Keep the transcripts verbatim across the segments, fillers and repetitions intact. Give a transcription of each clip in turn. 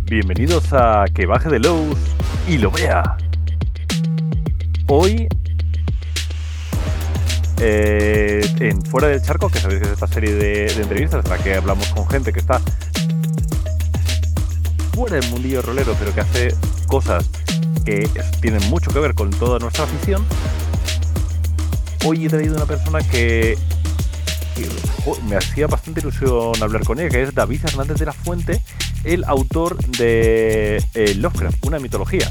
Bienvenidos a Que baje de Lowe's y lo vea. Hoy, eh, en Fuera del Charco, que sabéis que es esta serie de, de entrevistas en la que hablamos con gente que está fuera del mundillo rolero, pero que hace cosas que es- tienen mucho que ver con toda nuestra afición. Hoy he traído una persona que, que, jo, me hacía bastante ilusión hablar con ella, que es David Hernández de la Fuente, el autor de eh, Lovecraft, una mitología.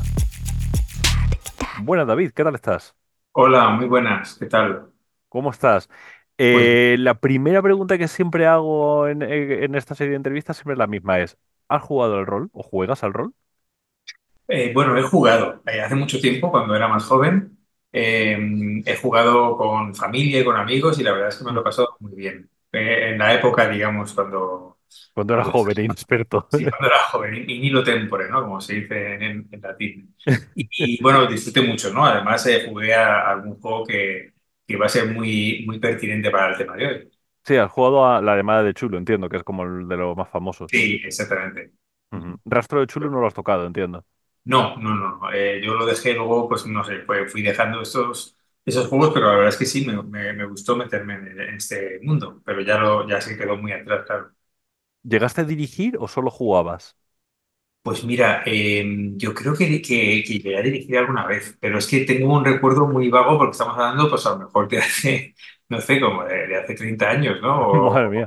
Buenas, David, ¿qué tal estás? Hola, muy buenas, ¿qué tal? ¿Cómo estás? Pues Eh, la primera pregunta que siempre hago en, eh, en esta serie de entrevistas siempre es la misma, es, ¿has jugado al rol o juegas al rol? eh, bueno, he jugado eh, hace mucho tiempo, cuando era más joven, eh, he jugado con familia y con amigos y la verdad es que me lo he Mm. pasado muy bien. Eh, en la época, digamos, cuando, Cuando eras cuando, joven e inexperto. sí, cuando era joven, in nihilo tempore, ¿no? Como se dice en, en latín. Y, y, bueno, disfruté mucho, ¿no? Además, eh, jugué a algún juego que, que va a ser muy, muy pertinente para el tema de hoy. Sí, has jugado a la llamada de Chulo, entiendo, que es como el de los más famosos. Sí, exactamente. Ujú. Rastro de Chulo no lo has tocado, entiendo. No, no, no. no. Eh, yo lo dejé luego, pues no sé, fue- fui dejando estos, esos juegos, pero la verdad es que sí, me, me- me gustó meterme en, en este mundo, pero ya, lo, ya se quedó muy atrás, claro. ¿Llegaste a dirigir o solo jugabas? Pues mira, eh, yo creo que, que, que llegué a dirigir alguna vez, pero es que tengo un recuerdo muy vago porque estamos hablando, pues a lo mejor de hace, no sé, como de, de hace treinta años, ¿no? Madre O, mía.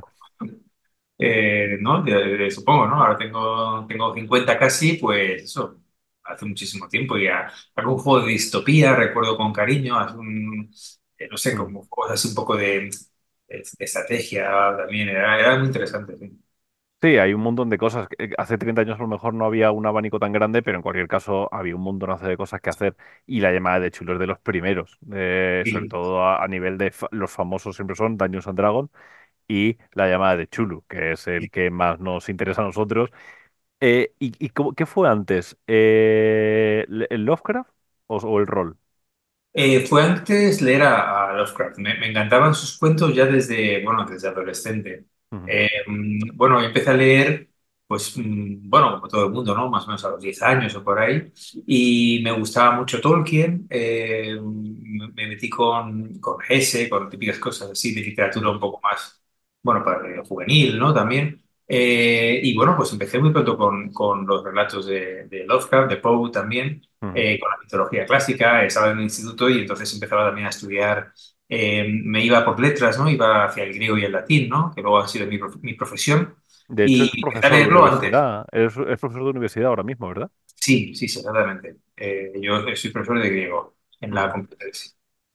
eh, ¿no? De- de- supongo, ¿no? Ahora tengo, tengo cincuenta casi, pues eso, hace muchísimo tiempo. Y a- algún juego de distopía recuerdo con cariño, algún, eh, no sé, Mm. como juegos así un poco de, de- de estrategia también, era, era muy interesante, sí. Sí, hay un montón de cosas. que- Hace treinta años a lo mejor no había un abanico tan grande, pero en cualquier caso había un montonazo de cosas que hacer. Y la llamada de Chulo es de los primeros, eh, sobre Sí. todo a, a nivel de fa- los famosos siempre son Dungeons and Dragons y la llamada de Chulu, que es el que más nos interesa a nosotros. Eh, ¿y, y cómo- qué fue antes? Eh, ¿el Lovecraft o, o el rol? Eh, fue antes leer a, a Lovecraft. Me, me encantaban sus cuentos ya desde, bueno, desde adolescente. Ujú, Eh, mm, bueno, empecé a leer, pues, mm, bueno, como todo el mundo, ¿no? Más o menos a los diez años o por ahí. Y me gustaba mucho Tolkien. Eh, me me metí con, con Hesse, con típicas cosas así de literatura ujú, un poco más, bueno, para el juvenil, ¿no? También. Eh, y bueno, pues empecé muy pronto con, con los relatos de, de Lovecraft, de Poe también, ujú. eh, con la mitología clásica. Estaba en el instituto y entonces empezaba también a estudiar, eh, me iba por letras, ¿no? Iba hacia el griego y el latín, ¿no? Que luego ha sido mi, prof- mi profesión. De hecho, Y es empecé a profesor de leerlo antes. universidad. Es, es profesor de universidad ahora mismo, ¿verdad? Sí, sí, sí, exactamente. Eh, yo soy profesor de griego en la Ujú. Complutense.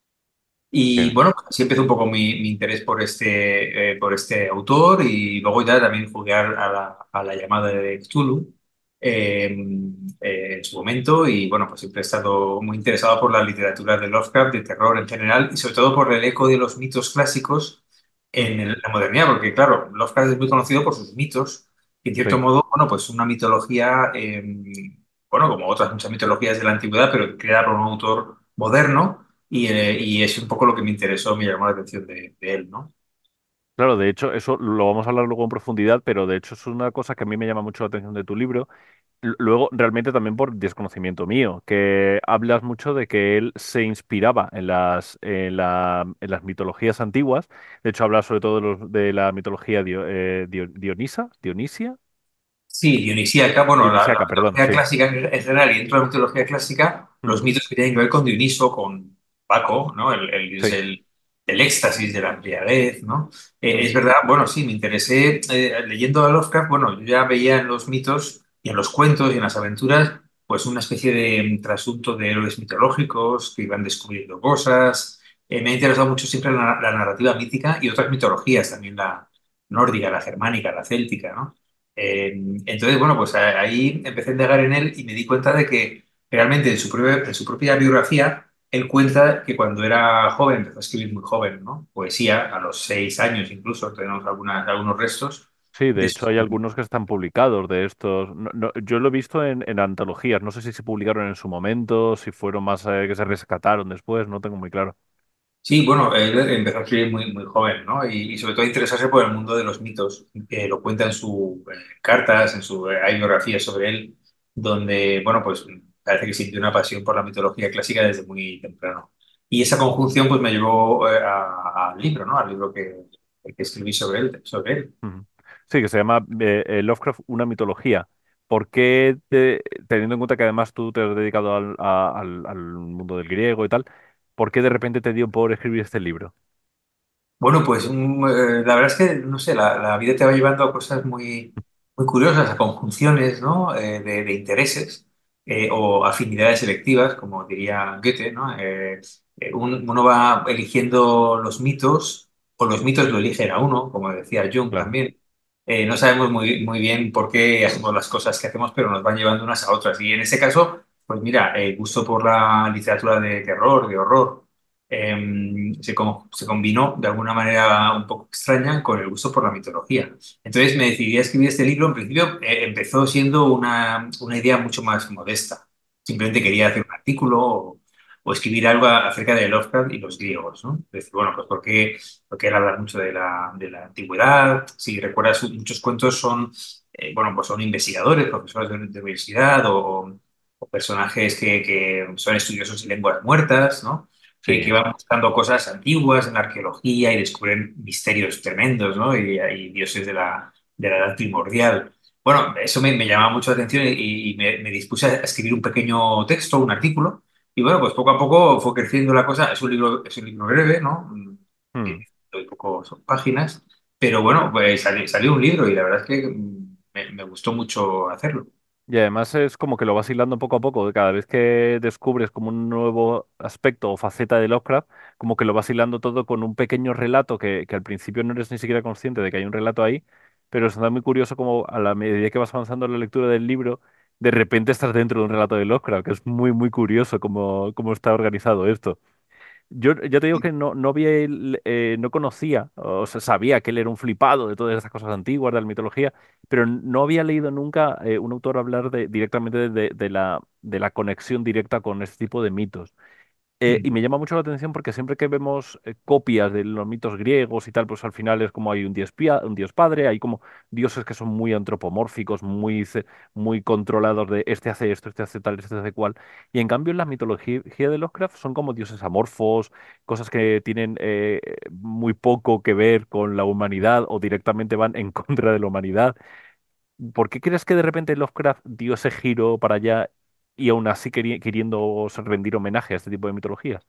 Y Bien. bueno, así empezó un poco mi, mi interés por este, eh, por este autor y luego ya también jugué a la, a la llamada de Cthulhu, eh, eh, en su momento y bueno, pues siempre he estado muy interesado por la literatura de Lovecraft, de terror en general y sobre todo por el eco de los mitos clásicos en Ujú. el- la modernidad, porque claro, Lovecraft es muy conocido por sus mitos y en cierto Sí. modo, bueno, pues una mitología, eh, bueno, como otras muchas mitologías de la antigüedad, pero creada por un autor moderno y, eh, y es un poco lo que me interesó, me llamó la atención de, de él, ¿no? Claro, de hecho, eso lo vamos a hablar luego en profundidad, pero de hecho es una cosa que a mí me llama mucho la atención de tu libro. L- Luego, realmente también por desconocimiento mío, que hablas mucho de que él se inspiraba en las, en la- en las mitologías antiguas. De hecho, hablas sobre todo de, los- de la mitología dio- eh, dio- Dionisa, Dionisia, Sí, dionisíaca, bueno, la, la Dionisiaca, perdón, mitología sí. clásica en en general y dentro de la mitología clásica, los Ujú. mitos que tienen que ver con Dioniso, con Baco, ¿no? El, el dios Sí. del, del éxtasis, de la embriaguez, ¿no? Eh, es Ujú. verdad, bueno, sí, me interesé eh, leyendo a Lovecraft, bueno, yo ya veía en los mitos y en los cuentos y en las aventuras, pues una especie de mm, trasunto de héroes mitológicos que iban descubriendo cosas. Eh, me ha interesado mucho siempre la, la narrativa mítica y otras mitologías, también la nórdica, la germánica, la céltica, ¿no? Eh, entonces, bueno, pues a- ahí empecé a indagar en él y me di cuenta de que realmente en su propia, en su propia biografía, él cuenta que cuando era joven, empezó a escribir muy joven, ¿no? Poesía, a los seis años incluso, tenemos algunas, algunos restos Sí, de de hecho hay su... algunos que están publicados de estos. No- no, yo lo he visto en, en antologías. No sé si se publicaron en su momento, si fueron más eh, que se rescataron después, no tengo muy claro. Sí, bueno, él empezó a escribir muy, muy joven, ¿no? Y, y sobre todo a interesarse por el mundo de los mitos, que lo cuenta en sus cartas, en su, eh, hay biografías sobre él, donde, bueno, pues parece que sintió una pasión por la mitología clásica desde muy temprano. Y esa conjunción, pues me llevó eh, a- al libro, ¿no? Al libro que, que escribí sobre él, sobre él. Ujú. Sí, que se llama eh, eh, Lovecraft, una mitología. ¿Por qué, te- teniendo en cuenta que además tú te has dedicado al, a- al- al mundo del griego y tal, por qué de repente te dio por escribir este libro? Bueno, pues mm, eh, la verdad es que, no sé, la, la vida te va llevando a cosas muy, muy curiosas, a conjunciones, ¿no? Eh, de, de intereses eh, o afinidades selectivas, como diría Goethe, ¿no? Eh, eh, un- uno va eligiendo los mitos o los mitos lo eligen a uno, como decía Jung Claro. también. Eh, no sabemos muy, muy bien por qué hacemos las cosas que hacemos, pero nos van llevando unas a otras. Y en ese caso, pues mira, el gusto por la literatura de terror, de horror eh, se, com- se combinó de alguna manera un poco extraña con el gusto por la mitología. Entonces me decidí a escribir este libro. En principio eh, empezó siendo una, una idea mucho más modesta. Simplemente quería hacer un artículo o, o escribir algo a- acerca de Lovecraft y los griegos, ¿no? Es decir, bueno, pues porque, porque él habla mucho de la, de la antigüedad. Si recuerdas, su- muchos cuentos son, eh, bueno, pues son investigadores, profesores de, de universidad o, o personajes que, que son estudiosos de lenguas muertas, ¿no? que, que Sí. van buscando cosas antiguas en la arqueología y descubren misterios tremendos, ¿no? Y, y dioses de la, de la edad primordial. Bueno, eso me, me llamaba mucho la atención y, y me, me dispuse a escribir un pequeño texto, un artículo. Y bueno, pues poco a poco fue creciendo la cosa. Es un libro, es un libro breve, ¿no? Mm, Mm. Tiene muy pocas páginas. Pero bueno, pues salió, salió un libro y la verdad es que mm, me, me gustó mucho hacerlo. Y además es como que lo vas hilando poco a poco. Cada vez que descubres como un nuevo aspecto o faceta de Lovecraft, como que lo vas hilando todo con un pequeño relato que, que al principio no eres ni siquiera consciente de que hay un relato ahí, pero es muy curioso como a la medida que vas avanzando en la lectura del libro, de repente estás dentro de un relato de Lovecraft, que es muy, muy curioso cómo, cómo está organizado esto. Yo ya te digo que no, no había, el- eh, no conocía, o sea, sabía que él era un flipado de todas estas cosas antiguas, de la mitología, pero no había leído nunca eh, un autor hablar de, directamente de, de la, de la conexión directa con este tipo de mitos. Eh, y Mm. me llama mucho la atención porque siempre que vemos eh, copias de los mitos griegos y tal, pues al final es como hay un dios, pia- un dios padre, hay como dioses que son muy antropomórficos, muy, ce- muy controlados de este hace esto, este hace tal, este hace cual. Y en cambio en la mitología de Lovecraft son como dioses amorfos, cosas que tienen eh, muy poco que ver con la humanidad o directamente van en contra de la humanidad. ¿Por qué crees que de repente Lovecraft dio ese giro para allá y aún así queri- queriendo rendir homenaje a este tipo de mitologías?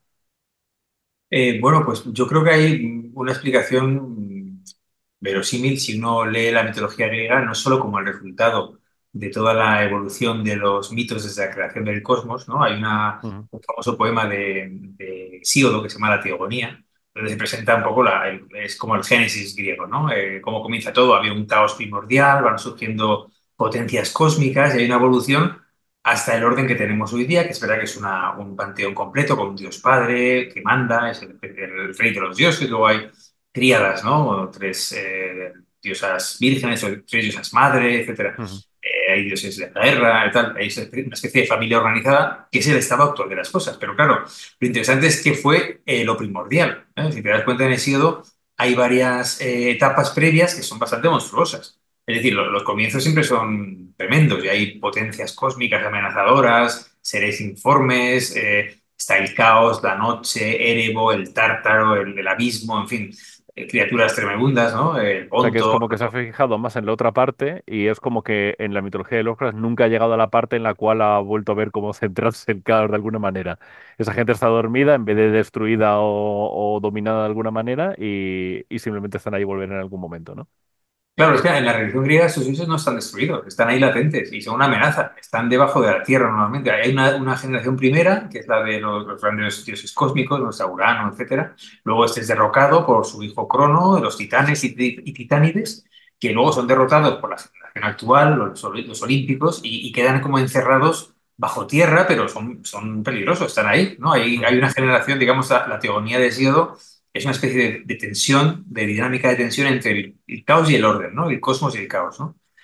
Eh, bueno, pues yo creo que hay una explicación mm, verosímil si uno lee la mitología griega, no solo como el resultado de toda la evolución de los mitos desde la creación del cosmos, ¿no? Hay una, Ujú, un famoso poema de, de Hesíodo que se llama La Teogonía, donde se presenta un poco la, el- es como el génesis griego, ¿no? Eh, cómo comienza todo, había un caos primordial, van surgiendo potencias cósmicas y hay una evolución hasta el orden que tenemos hoy día, que es verdad que es una- un panteón completo con un dios padre que manda, es el, el rey de los dioses, luego hay tríadas, ¿no? O tres eh, diosas vírgenes o tres diosas madre, etcétera. ujú. Eh, hay dioses de la guerra y tal, hay una especie de familia organizada que es el estado actual de las cosas. Pero claro, lo interesante es que fue eh, lo primordial, ¿eh? Si te das cuenta en Hesíodo, hay varias eh, etapas previas que son bastante monstruosas. Es decir, lo- los comienzos siempre son tremendos y hay potencias cósmicas amenazadoras, seres informes, eh, está el caos, la noche, Erebo, el tártaro, el, el abismo, en fin, eh, criaturas tremendas, ¿no? El O sea, que es ponto. como que se ha fijado más en la otra parte y es como que en la mitología de Lovecraft nunca ha llegado a la parte en la cual ha vuelto a ver cómo centrarse el caos de alguna manera. Esa gente está dormida en vez de destruida o, o dominada de alguna manera y, y simplemente están ahí y volver en algún momento, ¿no? Claro, es que en la religión griega sus dioses no están destruidos, están ahí latentes y son una amenaza, están debajo de la tierra normalmente. Hay una, una generación primera, que es la de los, los grandes dioses cósmicos, los Urano, etcétera. Luego este es derrocado por su hijo Crono, los titanes y, y titánides, que luego son derrotados por la generación actual, los, los olímpicos, y, y quedan como encerrados bajo tierra, pero son, son peligrosos, están ahí, ¿no? Hay, hay Ujú. una generación, digamos, la, la teogonía de Hesíodo es una especie de, de tensión, de dinámica de tensión entre el, el caos y el orden, ¿no? El cosmos y el caos, ¿no?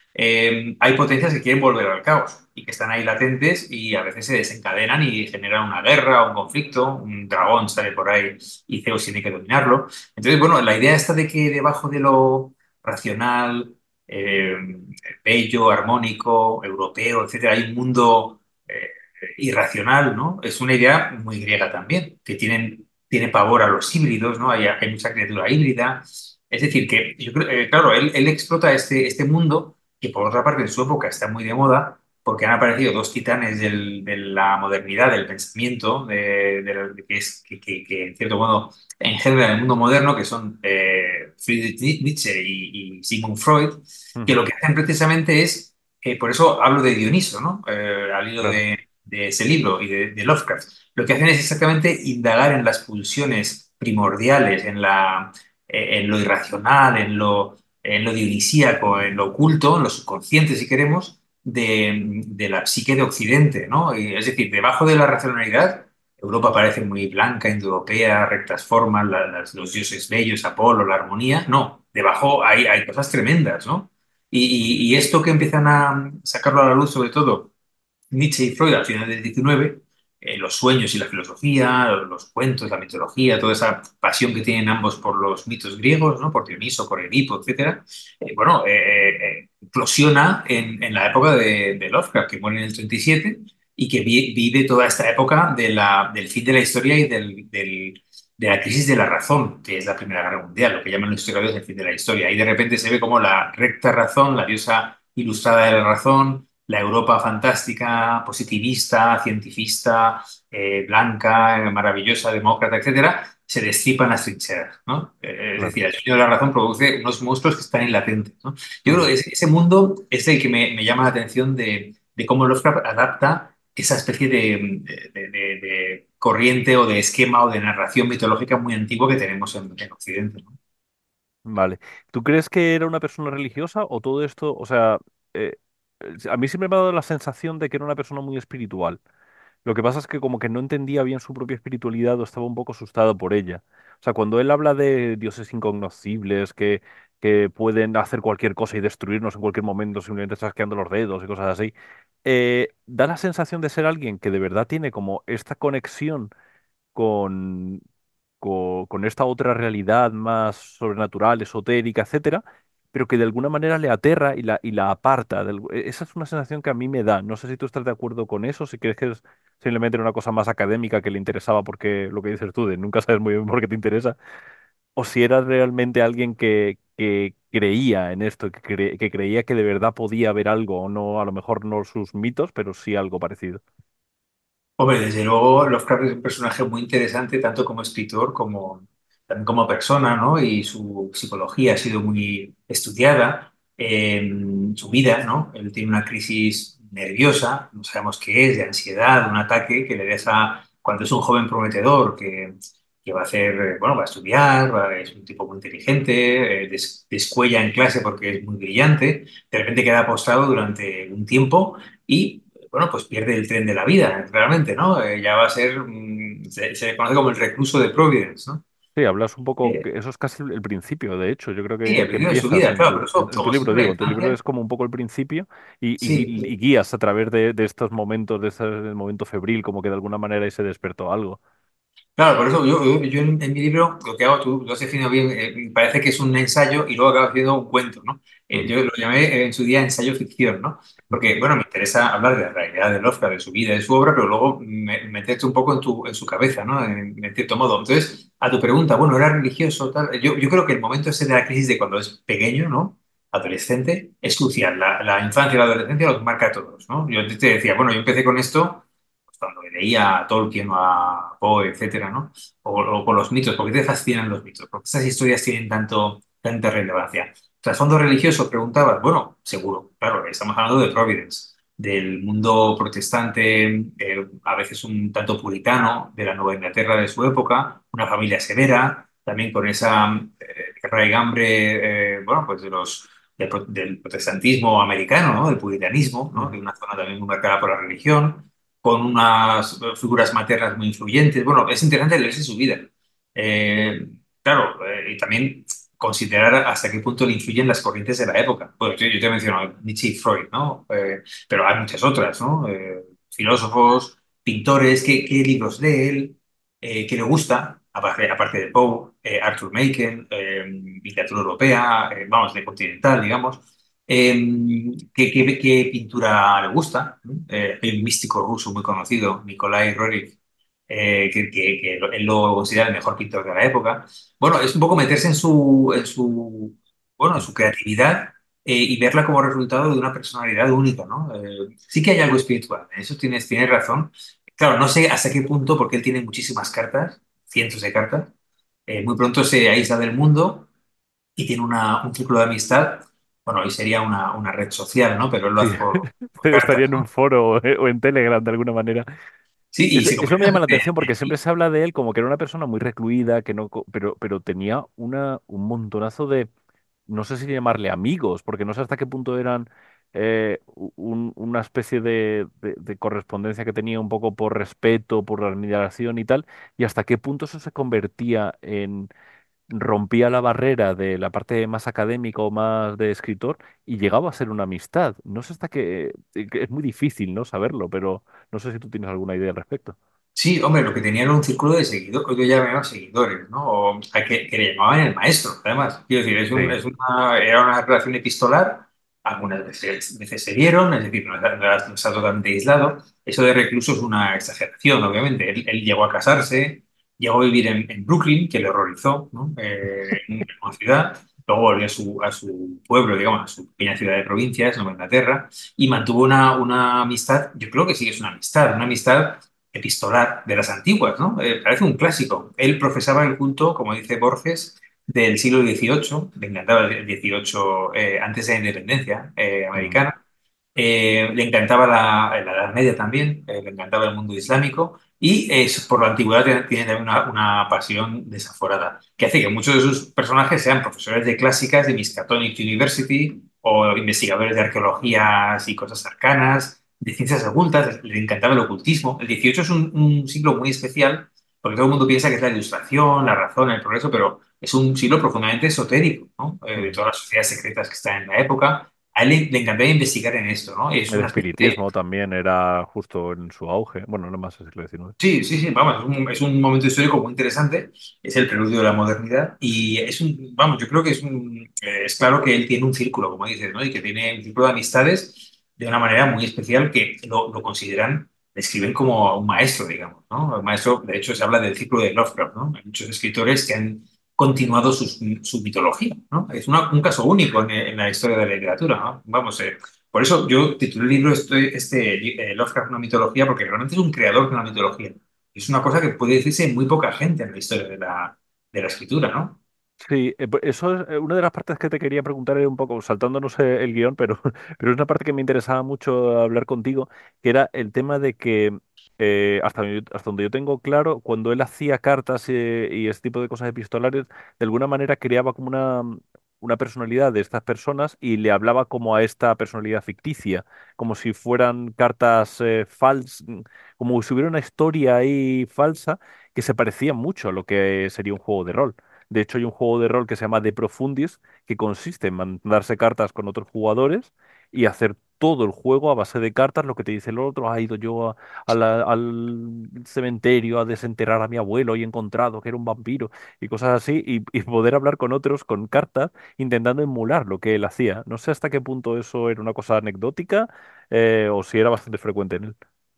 eh, hay potencias que quieren volver al caos y que están ahí latentes y a veces se desencadenan y generan una guerra, un conflicto, un dragón sale por ahí y Zeus tiene que dominarlo. Entonces, bueno, la idea esta de que debajo de lo racional, eh, bello, armónico, europeo, etcétera, hay un mundo eh, irracional, ¿no? Es una idea muy griega también, que tienen, tiene pavor a los híbridos, ¿no? Hay, hay mucha criatura híbrida. Es decir, que yo creo, eh, claro, él, él explota este, este mundo que por otra parte en su época está muy de moda porque han aparecido dos titanes del- de la modernidad, del pensamiento, de, de lo que es que, que- que, en cierto modo engendra el mundo moderno, que son eh, Friedrich Nietzsche y, y Sigmund Freud, que Ujú, lo que hacen precisamente es, eh, por eso hablo de Dioniso, ¿no? Eh, al hilo claro. de, de ese libro y de, de Lovecraft. Lo que hacen es exactamente indagar en las pulsiones primordiales, en la, eh, en lo irracional, en lo, en lo dionisíaco, en lo oculto, en lo subconsciente, si queremos, de, de la psique de Occidente, ¿no? Y, es decir, debajo de la racionalidad, Europa parece muy blanca, indoeuropea, rectas formas, la- las- los dioses bellos, Apolo, la armonía. No, debajo hay, hay cosas tremendas, ¿no? Y, y- y esto que empiezan a sacarlo a la luz, sobre todo Nietzsche y Freud al final del diecinueve, eh, los sueños y la filosofía, los cuentos, la mitología, toda esa pasión que tienen ambos por los mitos griegos, ¿no? Por Dioniso, por Edipo, etcétera, eh, bueno, eh, eh, eh, eclosiona en, en la época de, de Lovecraft, que muere en el treinta y siete y siete y que vi- vive toda esta época de la, del fin de la historia y del, del- de la crisis de la razón, que es la Primera Guerra Mundial, lo que llaman los historiadores el fin de la historia. Y de repente se ve como la recta razón, la diosa ilustrada de la razón, la Europa fantástica, positivista, cientifista, eh, blanca, eh, maravillosa, demócrata, etcétera, se destripan las trincheras, ¿no? Eh, es Claro. decir, el sueño de la razón produce unos monstruos que están ahí latentes, ¿no? Yo creo Ujú. que ese, ese mundo es el que me, me llama la atención de, de cómo Lovecraft adapta esa especie de, de- de- de corriente o de esquema o de narración mitológica muy antigua que tenemos en, en Occidente, ¿no? Vale. ¿Tú crees que era una persona religiosa o todo esto, o sea, eh, eh, a mí siempre me ha dado la sensación de que era una persona muy espiritual. Lo que pasa es que como que no entendía bien su propia espiritualidad o estaba un poco asustado por ella. O sea, cuando él habla de dioses incognoscibles que, que pueden hacer cualquier cosa y destruirnos en cualquier momento simplemente chasqueando los dedos y cosas así, eh, da la sensación de ser alguien que de verdad tiene como esta conexión con, co- con, esta otra realidad más sobrenatural, esotérica, etcétera, pero que de alguna manera le aterra y la, y la aparta. del- e- Esa es una sensación que a mí me da. No sé si tú estás de acuerdo con eso, si crees que es simplemente una cosa más académica que le interesaba porque lo que dices tú, de nunca sabes muy bien por qué te interesa, o si era realmente alguien que, que creía en esto, que, cre- que creía que de verdad podía haber algo, o no, a lo mejor no sus mitos, pero sí algo parecido. Hombre, desde luego Lovecraft es un personaje muy interesante tanto como escritor como también como persona, ¿no? Y su psicología ha sido muy estudiada. En su vida, ¿no? Él tiene una crisis nerviosa, no sabemos qué es, de ansiedad, un ataque que le deja cuando es un joven prometedor que, que va a hacer, eh, bueno, va a estudiar, va- es un tipo muy inteligente, eh, des- descuella en clase porque es muy brillante, de repente queda postrado durante un tiempo y bueno, pues pierde el tren de la vida, realmente, ¿no? Eh, ya va a ser, mm, se, se le conoce como el recluso de Providence, ¿no? Sí, hablas un poco, Eh, que eso es casi el principio, de hecho, yo creo sí, que, el que principio de su empiezas vida, en claro, pero tu, eso, en, en tu como libro, siempre en la digo, tu libro infancia, es como un poco el principio y, y- sí. y guías a través de, de estos momentos, de ese momento febril, como que de alguna manera ahí se despertó algo. Claro, por eso yo, yo, yo en, en mi libro lo que hago, tú lo has definido bien, eh, parece que es un ensayo y luego acabo haciendo un cuento, ¿no? Eh, Ujú, yo lo llamé eh, en su día ensayo ficción, ¿no? Porque, ujú, bueno, me interesa hablar de la realidad de Lovecraft, de su vida, de su obra, pero luego me- meterte un poco en, tu, en su cabeza, ¿no? En, en cierto modo. Entonces, a tu pregunta, bueno, ¿era religioso? Tal? Yo, yo creo que el momento ese de la crisis de cuando es pequeño, ¿no? Adolescente, es crucial. La, la infancia y la adolescencia los marca a todos, ¿no? Yo te decía, bueno, yo empecé con esto pues, cuando leía a Tolkien o a Poe, etcétera, ¿no? O, o con los mitos. ¿Por qué te fascinan los mitos? Porque esas historias tienen tanto, tanta relevancia. Trasfondo religioso, preguntabas. Bueno, seguro, claro, estamos hablando de Providence, del mundo protestante, eh, a veces un tanto puritano, de la Nueva Inglaterra de su época, una familia severa, también con esa eh, raigambre, eh, bueno, pues de los, del, pro- del protestantismo americano, ¿no? Del puritanismo, ¿no? De ujú. una zona también muy marcada por la religión con unas figuras maternas muy influyentes. Bueno, es interesante leerse su vida. Eh, claro, eh, y también considerar hasta qué punto le influyen las corrientes de la época. Bueno, yo, yo te he mencionado Nietzsche y Freud, ¿no? Eh, pero hay muchas otras, ¿no? Eh, filósofos, pintores, ¿qué, qué libros lee él? Eh, ¿qué le gusta? Aparte, aparte de Poe, eh, Arthur Machen, eh, literatura europea, eh, vamos, de continental, digamos. Eh, ¿qué, qué- qué pintura le gusta? ¿No? Eh, hay un místico ruso muy conocido, Nikolai Roerich, eh, que, que- que él lo considera el mejor pintor de la época. Bueno, es un poco meterse en su, en su, bueno, en Mm. su creatividad, eh, y verla como resultado de una personalidad única, ¿no? Eh, sí que hay algo espiritual, en eso tienes, tienes razón. Claro, no sé hasta qué punto, porque él tiene muchísimas cartas, cientos de cartas. Eh, muy pronto se aísla del mundo y tiene una- un círculo de amistad. Bueno, hoy sería una, una red social, ¿no? Pero él lo Sí, hace por, por estaría cartas, en un ¿no? foro o o en Telegram de alguna manera. Sí, y Eso, se eso me convierte llama la en... atención porque siempre se habla de él como que era una persona muy recluida, que no, co- pero, pero tenía una, un montonazo de, no sé si llamarle amigos, porque no sé hasta qué punto eran eh, u- un- una especie de, de- de correspondencia que tenía un poco por respeto, por admiración y tal, y hasta qué punto eso se convertía en, rompía la barrera de la parte más académica o más de escritor y llegaba a ser una amistad. No sé hasta qué, eh, que es muy difícil, ¿no? Saberlo, pero no sé si tú tienes alguna idea al respecto. Sí, hombre, lo que tenía era un círculo de seguidores, yo llamaba seguidores, ¿no? O a que, que le llamaban el maestro, además. Quiero decir, es un- Sí. es una, era una relación epistolar, algunas veces, veces se vieron, es decir, no está, no está- no está totalmente aislado. Eso de recluso es una exageración, obviamente. Él, él llegó a casarse, llegó a vivir en, en Brooklyn, que le horrorizó, ¿no? Eh, en una ciudad. Luego volvió a su, a su pueblo, digamos, a su pequeña ciudad de provincias, Nueva Inglaterra, y mantuvo una, una amistad, yo creo que sí que es una amistad, una amistad epistolar de las antiguas, ¿no? Eh, parece un clásico. Él profesaba el culto, como dice Borges, del siglo dieciocho, le encantaba el dieciocho, eh, antes de la independencia eh, Mm. americana. Eh, le encantaba la, la Edad Media también, eh, le encantaba el mundo islámico y es, por la antigüedad tiene, tiene también una, una pasión desaforada, que hace que muchos de sus personajes sean profesores de clásicas de Miskatonic University o investigadores de arqueologías y cosas arcanas, de ciencias ocultas, le encantaba el ocultismo. El dieciocho es un, un siglo muy especial porque todo el mundo piensa que es la ilustración, la razón, el progreso, pero es un siglo profundamente esotérico, ¿no? Eh, de Mm. todas las sociedades secretas que están en la época. A él le, le encantaba investigar en esto, ¿no? Es El una especie de... espiritismo también era justo en su auge. Bueno, no más el siglo diecinueve. Sí, sí, sí, vamos, es un, es un momento histórico muy interesante, es el preludio de la modernidad y es un, vamos, yo creo que es un, eh, es claro que él tiene un círculo, como dices, ¿no? Y que tiene un círculo de amistades de una manera muy especial que lo, lo consideran, le escriben como un maestro, digamos, ¿no? Un maestro, de hecho, se habla del círculo de Lovecraft, ¿no? Hay muchos escritores que han continuado sus- su mitología, ¿no? Es una- un caso único en, en la historia de la literatura, ¿no? Vamos, eh, por eso yo titulé el libro este, este eh, Lovecraft, una mitología, porque realmente es un creador de una mitología. Es una cosa que puede decirse muy poca gente en la historia de la, de la escritura, ¿no? Sí, eh, pues eso es eh, una de las partes que te quería preguntar, era un poco saltándonos eh, el guión, pero, pero es una parte que me interesaba mucho hablar contigo, que era el tema de que eh, hasta, donde yo- hasta donde yo tengo claro, cuando él hacía cartas eh, y ese tipo de cosas epistolares, de alguna manera creaba como una, una personalidad de estas personas y le hablaba como a esta personalidad ficticia, como si fueran cartas falsas, como si hubiera una historia ahí falsa que se parecía mucho a lo que sería un juego de rol. De hecho, hay un juego de rol que se llama De Profundis, que consiste en mandarse cartas con otros jugadores y hacer todo el juego a base de cartas, lo que te dice el otro, ha ido yo a- a la- al cementerio a desenterrar a mi abuelo y he encontrado que era un vampiro y cosas así, y, y poder hablar con otros con cartas intentando emular lo que él hacía. No sé hasta qué punto eso era una cosa anecdótica eh, o si era bastante frecuente en él.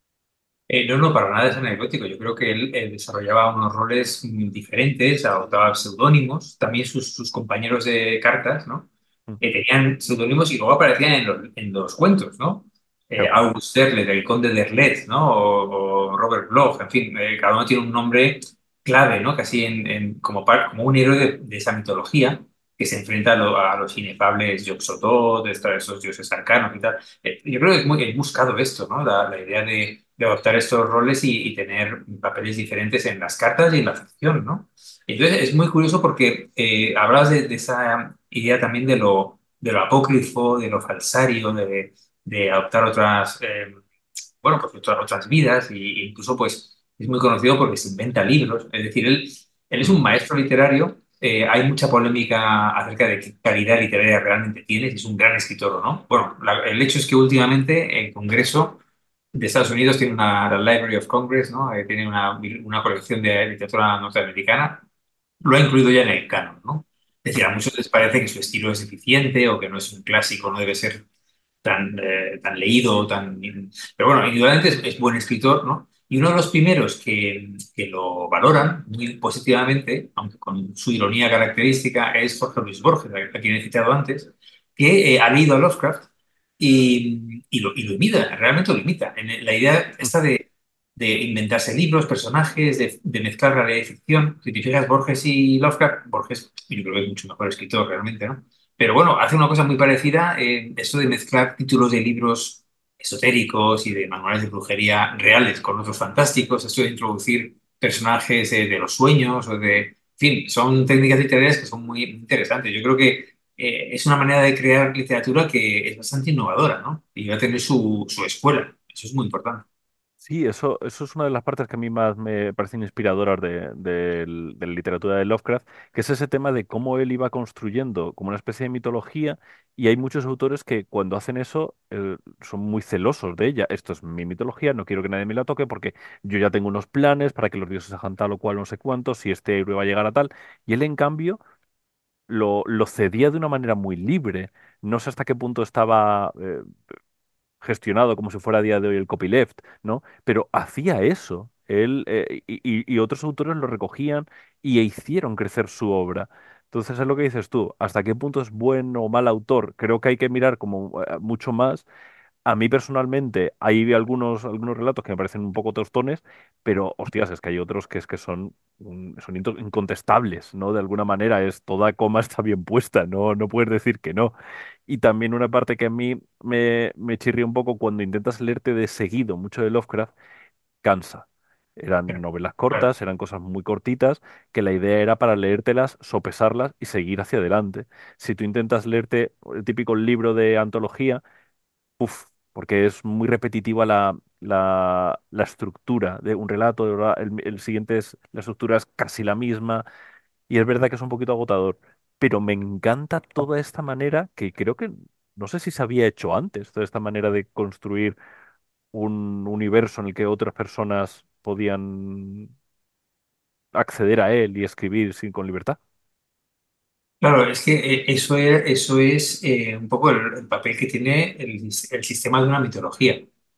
Eh, no, no, para nada es anecdótico. Yo creo que él eh, desarrollaba unos roles mm, diferentes, adoptaba seudónimos, también sus, sus compañeros de cartas, ¿no? Mm. Eh, tenían seudónimos y luego aparecían en los, en los cuentos, ¿no? Qué Eh, guay. August Derleth, el conde de Derleth, ¿no? O, o Robert Bloch, en fin, eh, cada uno tiene un nombre clave, ¿no? Casi en, en- como, par- como un héroe de, de esa mitología que se enfrenta a, lo- a los inefables Yog-Sothoth, de estos- esos dioses arcanos y tal. Eh, yo creo que es muy he buscado esto, ¿no? La, la idea de, de adoptar estos roles y, y tener papeles diferentes en las cartas y en la ficción, ¿no? Entonces es muy curioso porque eh, hablabas de, de esa idea también de lo, de lo apócrifo, de lo falsario, de, de adoptar otras, eh, bueno, pues otras, otras vidas e incluso pues es muy conocido porque se inventa libros. Es decir, él, él es un Mm. maestro literario eh, hay mucha polémica acerca de qué calidad literaria realmente tiene, si es un gran escritor o no. Bueno, la- el hecho es que últimamente el Congreso de Estados Unidos tiene una, la Library of Congress, ¿no? Eh, tiene una, una colección de literatura norteamericana, lo ha incluido ya en el canon, ¿no? Es decir, a Ujú. muchos les parece que su estilo es deficiente o que no es un clásico, no debe ser tan, eh, tan leído, tan... Pero bueno, indudablemente es, es buen escritor, ¿no? Y uno de los primeros que, que lo valoran muy positivamente, aunque con su ironía característica, es Jorge Luis Borges, a quien he citado antes, que eh, ha leído a Lovecraft y, y lo, y lo imita, realmente lo imita. En la idea esta de, de inventarse libros, personajes, de, de mezclar realidad y ficción. Si te fijas, Borges y Lovecraft, Borges, yo creo que es mucho mejor escritor realmente, ¿no? Pero bueno, hace una cosa muy parecida, eh, esto de mezclar títulos de libros esotéricos y de manuales de brujería reales con otros fantásticos, esto de introducir personajes eh, de los sueños o de... En fin, son técnicas literarias que son muy interesantes. Yo creo que eh, es una manera de crear literatura que es bastante innovadora, ¿no? Y va a tener su, su escuela. Eso es muy importante. Sí, eso, eso es una de las partes que a mí más me parecen inspiradoras de, del- de la literatura de Lovecraft, que es ese tema de cómo él iba construyendo como una especie de mitología, y hay muchos autores que cuando hacen eso eh, son muy celosos de ella. Esto es mi mitología, no quiero que nadie me la toque porque yo ya tengo unos planes para que los dioses hagan tal o cual, no sé cuántos, si este héroe va a llegar a tal, y él en cambio lo, lo cedía de una manera muy libre. No sé hasta qué punto estaba eh, gestionado como si fuera a día de hoy el copyleft, ¿no? Pero hacía eso. Él eh, y, y- y otros autores lo recogían y hicieron crecer su obra. Entonces es lo que dices tú, ¿hasta qué punto es buen o mal autor? Creo que hay que mirar como eh, mucho más. A mí personalmente hay algunos, algunos relatos que me parecen un poco tostones, pero hostias, es que hay otros que es que son, un- son into- incontestables, ¿no? De alguna manera es toda coma está bien puesta, no, no puedes decir que no. Y también una parte que a mí me, me chirría un poco cuando intentas leerte de seguido mucho de Lovecraft, cansa. Eran novelas Claro. cortas, eran cosas muy cortitas, que la idea era para leértelas, sopesarlas y seguir hacia adelante. Si tú intentas leerte el típico libro de antología, uf, porque es muy repetitiva la, la, la estructura de un relato, de verdad, el, el siguiente es, la estructura es casi la misma, y es verdad que es un poquito agotador, pero me encanta toda esta manera que creo que, no sé si se había hecho antes, toda esta manera de construir un universo en el que otras personas podían acceder a él y escribir sin, con libertad. Claro, es que eh, eso es, eso es eh, un poco el, el papel que tiene el, el sistema de una mitología.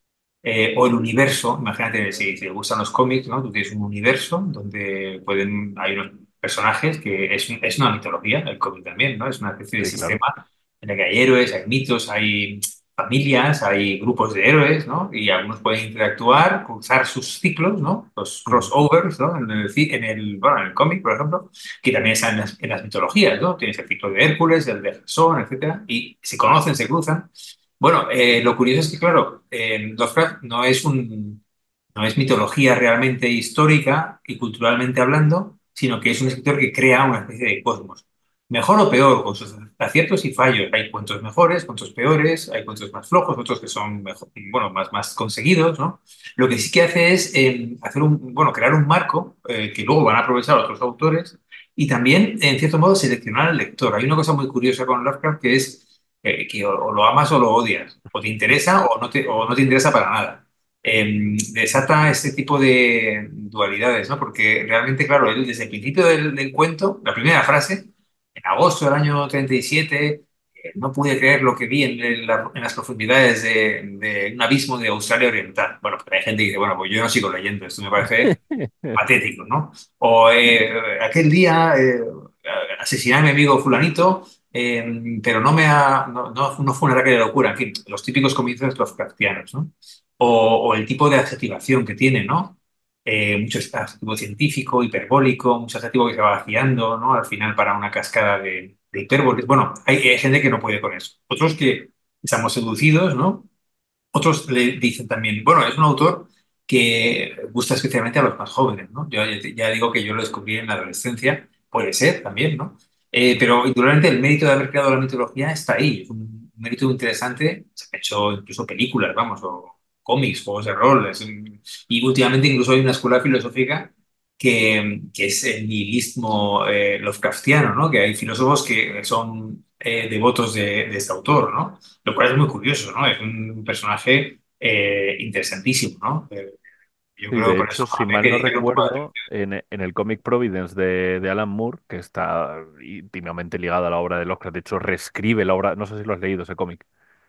Eh, o el universo, imagínate si, si te gustan los cómics, ¿no? Tú tienes un universo donde pueden, hay unos personajes que es, un- es una mitología, el cómic también, ¿no? Es una especie de Sí, claro. sistema en el que hay héroes, hay mitos, hay familias, hay grupos de héroes, ¿no? Y algunos pueden interactuar, cruzar sus ciclos, ¿no? Los Ujú. crossovers, ¿no? En el, ci- en el, bueno, en el cómic, por ejemplo, que también están en las, en las mitologías, ¿no? Tienes el ciclo de Hércules, el de Jasón, etcétera, y se conocen, se cruzan. Bueno, eh, lo curioso es que, claro, eh, Lovecraft no es un, no es mitología realmente histórica y culturalmente hablando, sino que es un escritor que crea una especie de cosmos. Mejor o peor, con sus aciertos y fallos. Hay cuentos mejores, cuentos peores, hay cuentos más flojos, otros que son mejor, bueno, más, más conseguidos, ¿no? Lo que sí que hace es eh, hacer un, bueno, crear un marco eh, que luego van a aprovechar otros autores y también, en cierto modo, seleccionar al lector. Hay una cosa muy curiosa con Lovecraft que es eh, que o, o lo amas o lo odias, o te interesa o no te, o no te interesa para nada. Eh, desata este tipo de dualidades, ¿no? Porque realmente, claro, él desde el principio del, del cuento, la primera frase, en agosto del año treinta y siete, eh, no pude creer lo que vi en, en la- en las profundidades de, de un abismo de Australia Oriental. Bueno, pero hay gente que dice, bueno, pues yo no sigo leyendo, esto me parece patético, ¿no? O eh, aquel día eh, asesiné a mi amigo fulanito, eh, pero no me ha, no, no- no fue un ataque de locura, en fin, los típicos comienzos Lovecraftianos, ¿no? O, o el tipo de adjetivación que tiene, ¿no? Eh, mucho adjetivo científico, hiperbólico, mucho adjetivo que se va vaciando, ¿no? Al final para una cascada de, de hipérboles. Bueno, hay, hay gente que no puede con eso. Otros que estamos seducidos, ¿no? Otros le dicen también, bueno, es un autor que gusta especialmente a los más jóvenes, ¿no? Yo ya ya digo que yo lo descubrí en la adolescencia, puede ser también, ¿no? Eh, pero indudablemente el mérito de haber creado la mitología está ahí, es un mérito interesante, se han hecho incluso películas, vamos, o cómics, juegos de rol, es un- y últimamente incluso hay una escuela filosófica que, que es el nihilismo eh, Lovecraftiano, ¿no? Que hay filósofos que son eh, devotos de, de este autor, ¿no? Lo cual es muy curioso, ¿no? Es un personaje eh, interesantísimo, ¿no? Eh, yo Sí, creo que de por hecho, eso si me mal no quería ver un poco de recuerdo, en, e- en el cómic Providence de, de Alan Moore, que está íntimamente ligado a la obra de Lovecraft, de hecho, reescribe la obra, no sé si lo has leído ese cómic.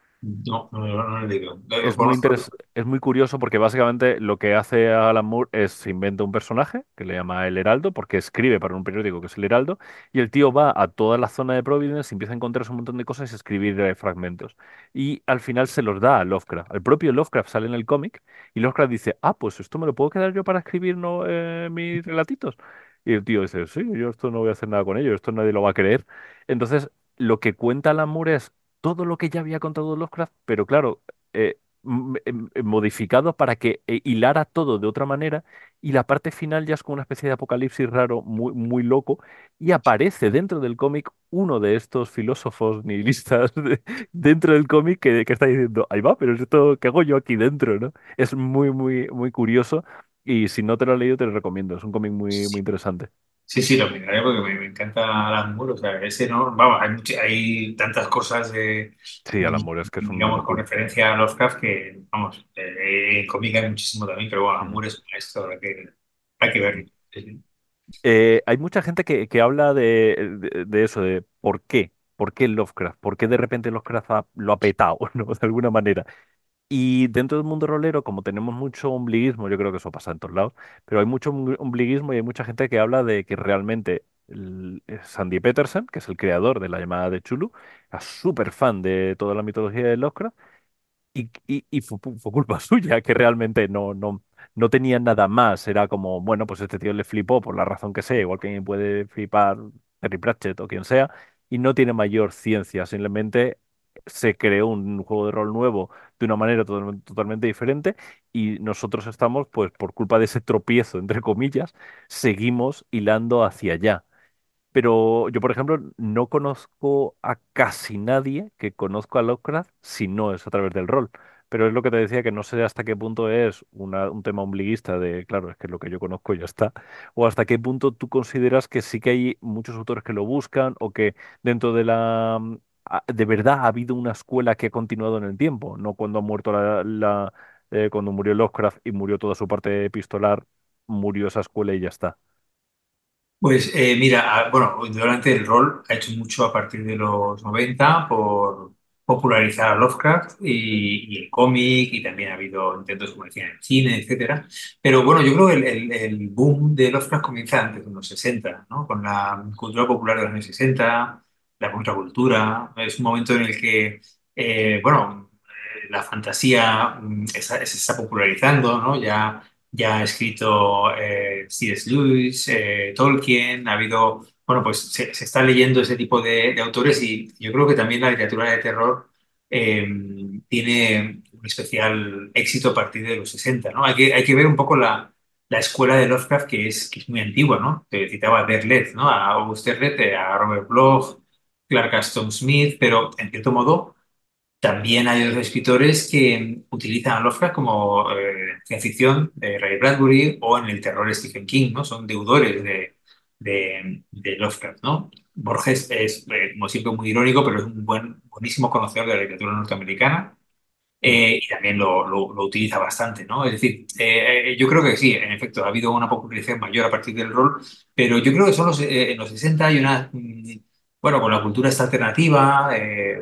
No, no, no, no lo digo. Lo Es muy conozco. interes- es muy curioso porque básicamente lo que hace Alan Moore es se inventa un personaje que le llama El Heraldo, porque escribe para un periódico que es El Heraldo, y el tío va a toda la zona de Providence, empieza a encontrarse un montón de cosas y a escribir eh, fragmentos. Y al final se los da a Lovecraft. El propio Lovecraft sale en el cómic y Lovecraft dice, ah, pues esto me lo puedo quedar yo para escribir, ¿no? eh, mis relatitos. Y el tío dice, sí, yo esto no voy a hacer nada con ello, esto nadie lo va a creer. Entonces, lo que cuenta Alan Moore es todo lo que ya había contado Lovecraft, pero claro, eh, m- em- em- modificado para que eh, hilara todo de otra manera y la parte final ya es como una especie de apocalipsis raro, muy, muy loco, y aparece dentro del cómic uno de estos filósofos nihilistas de- dentro del cómic que, que está diciendo, ahí va, pero esto, ¿qué hago yo aquí dentro, ¿no? Es muy, muy, muy curioso y si no te lo has leído te lo recomiendo, es un cómic muy, muy interesante. Sí, sí, lo miraré porque me, me encanta Alan Moore. O sea, ese no, vamos, hay, much- hay tantas cosas de, Sí, Alan Moore es que es un digamos, con culto. referencia a Lovecraft que, vamos, eh, en cómic hay muchísimo también, pero bueno, Alan Ujú. Moore es un maestro, habrá que, hay que verlo. Sí, sí. Eh, hay mucha gente que, que habla de, de- de eso, de por qué, por qué Lovecraft, por qué de repente Lovecraft ha- lo ha petado, ¿no? De alguna manera. Y dentro del mundo rolero, como tenemos mucho ombliguismo, yo creo que eso pasa en todos lados, pero hay mucho omb- ombliguismo y hay mucha gente que habla de que realmente el- eh, Sandy Petersen, que es el creador de la llamada de Chulu, es súper fan de toda la mitología de Lovecraft y, y, y fue, pu- fue culpa suya, que realmente no, no, no tenía nada más. Era como, bueno, pues este tío le flipó por la razón que sea, igual que alguien puede flipar Terry Pratchett o quien sea, y no tiene mayor ciencia. Simplemente se creó un juego de rol nuevo de una manera totalmente, totalmente diferente y nosotros estamos, pues por culpa de ese tropiezo, entre comillas, seguimos hilando hacia allá. Pero yo, por ejemplo, no conozco a casi nadie que conozca a Lovecraft si no es a través del rol. Pero es lo que te decía, que no sé hasta qué punto es una- un tema ombliguista de, claro, es que lo que yo conozco ya está, o hasta qué punto tú consideras que sí que hay muchos autores que lo buscan o que dentro de la... mm, a- de verdad ha habido una escuela que ha continuado en el tiempo, no cuando ha muerto la, la- eh, cuando murió Lovecraft y murió toda su parte epistolar, murió esa escuela y ya está. Pues eh, mira, ah, bueno, durante el rol ha hecho mucho a partir de los noventa por popularizar a Lovecraft y, y el cómic, y también ha habido intentos, como decía, en el cine, etcétera. Pero bueno, yo creo que el, el- el boom de Lovecraft comienza antes, en los sesenta, ¿no? Con la cultura popular de los años sesenta, la contracultura. Es un momento en el que, eh, bueno, eh, la fantasía mm, está- se está popularizando, ¿no? Ya ya ha escrito eh, C S. Lewis, eh, Tolkien, ha habido, bueno, pues se, se está leyendo ese tipo de, de autores y yo creo que también la literatura de terror eh, tiene un especial éxito a partir de los sesenta, ¿no? Hay que, hay que ver un poco la, la escuela de Lovecraft que es, que es muy antigua, ¿no? Te citaba a Derleth, ¿no? A August Derleth, eh, a Robert Bloch, Clark Aston Smith, pero en cierto modo también hay otros escritores que utilizan a Lovecraft como eh, ciencia ficción, de Ray Bradbury, o en el terror Stephen King, ¿no? Son deudores de, de, de Lovecraft, ¿no? Borges es, eh, como siempre, muy irónico, pero es un buen, buenísimo conocedor de la literatura norteamericana Mm. eh, y también lo, lo- lo utiliza bastante, ¿no? Es decir, eh, eh, yo creo que sí, en efecto, ha habido una popularización mayor a partir del rol, pero yo creo que son los, eh, en los sesenta hay una, mm, bueno, con la cultura esta alternativa, eh,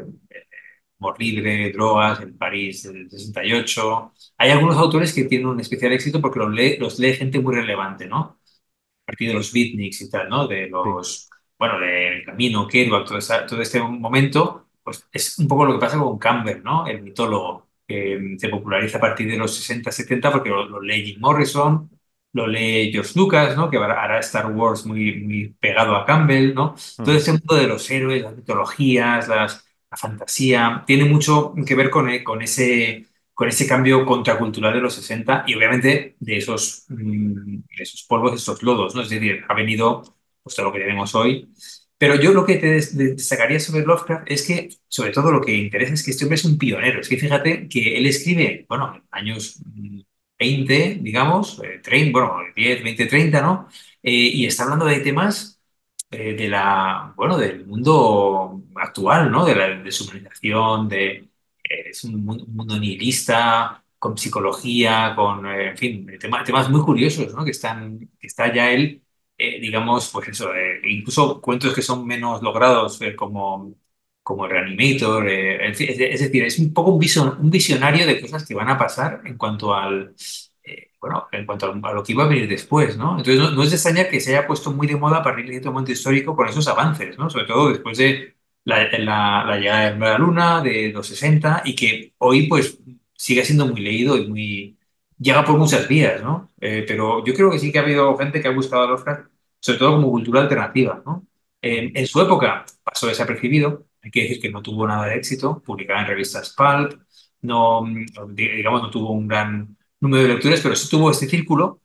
Amor Libre, Drogas, El París del sesenta y ocho. Hay algunos autores que tienen un especial éxito porque los lee, los lee gente muy relevante, ¿no? A partir de los beatniks y tal, ¿no? De Sí. los, bueno, de El Camino, Kerouac, todo, esa- todo este momento, pues es un poco lo que pasa con Campbell, ¿no? El mitólogo, que mm, se populariza a partir de los sesenta setenta porque lo, lo lee Jim Morrison, lo lee George Lucas, ¿no? Que hará hará Star Wars muy, muy pegado a Campbell, ¿no? Todo Ujú. ese mundo de los héroes, las mitologías, las, la fantasía, tiene mucho que ver con, e- con ese con ese cambio contracultural de los sesenta y obviamente de esos, mm, de esos polvos, esos lodos, ¿no? Es decir, ha venido pues, todo lo que tenemos hoy. Pero yo lo que te des- destacaría sobre Lovecraft es que, sobre todo, lo que interesa es que este hombre es un pionero. Es que fíjate que él escribe, bueno, en años mm, veinte, digamos, eh, treinta, bueno, diez, veinte, treinta, ¿no? Eh, y está hablando de temas eh, de la, bueno, del mundo actual, ¿no? De la deshumanización, de, eh, es un mu- un mundo nihilista, con psicología, con, eh, en fin, tema- temas muy curiosos, ¿no? Que están, que está ya él, eh, digamos, pues eso, eh, incluso cuentos que son menos logrados, eh, como, como Reanimator, eh, en fin, es, es decir, es un poco un, viso- un visionario de cosas que van a pasar en cuanto al eh, bueno, en cuanto a, a lo que iba a venir después, ¿no? Entonces, no, no es de extrañar que se haya puesto muy de moda a partir de cierto momento histórico con esos avances, ¿no? Sobre todo después de la, la, la llegada de la Luna, de los sesenta, y que hoy, pues, sigue siendo muy leído y muy... llega por muchas vías, ¿no? Eh, pero yo creo que sí que ha habido gente que ha buscado al Oscar, sobre todo como cultura alternativa, ¿no? Eh, Ujú. en su época pasó desapercibido, hay que decir que no tuvo nada de éxito, publicaba en revistas Pulp, no, digamos, no tuvo un gran número de lectores, pero sí tuvo este círculo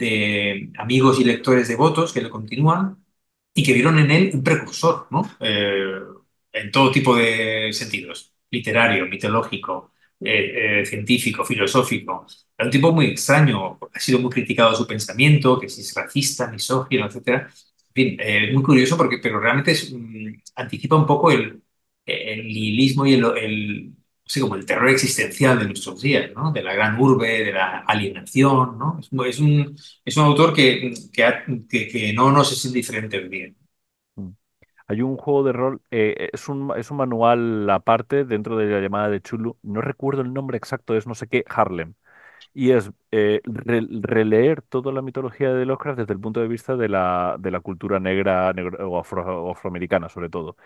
de amigos y lectores devotos que le continúan y que vieron en él un precursor, ¿no? Eh, en todo tipo de sentidos, literario, mitológico, eh, eh, científico, filosófico. Era un tipo muy extraño, ha sido muy criticado su pensamiento, que si es racista, misógino, etcétera. En fin, eh, muy curioso porque, pero realmente es, mm, anticipa un poco el, el nihilismo y el, el sí, como el terror existencial de nuestros días, ¿no? De la gran urbe, de la alienación, ¿no? Es, un, es un, es un autor que, que, ha- que- que no nos es indiferente hoy día. Mm. Hay un juego de rol, eh, es un, es un manual aparte dentro de la llamada de Chulu. No recuerdo el nombre exacto, es no sé qué, Harlem. Y es eh, re- releer toda la mitología de Lovecraft desde el punto de vista de la, de la cultura negra, negro- o afro- o afroamericana, sobre todo.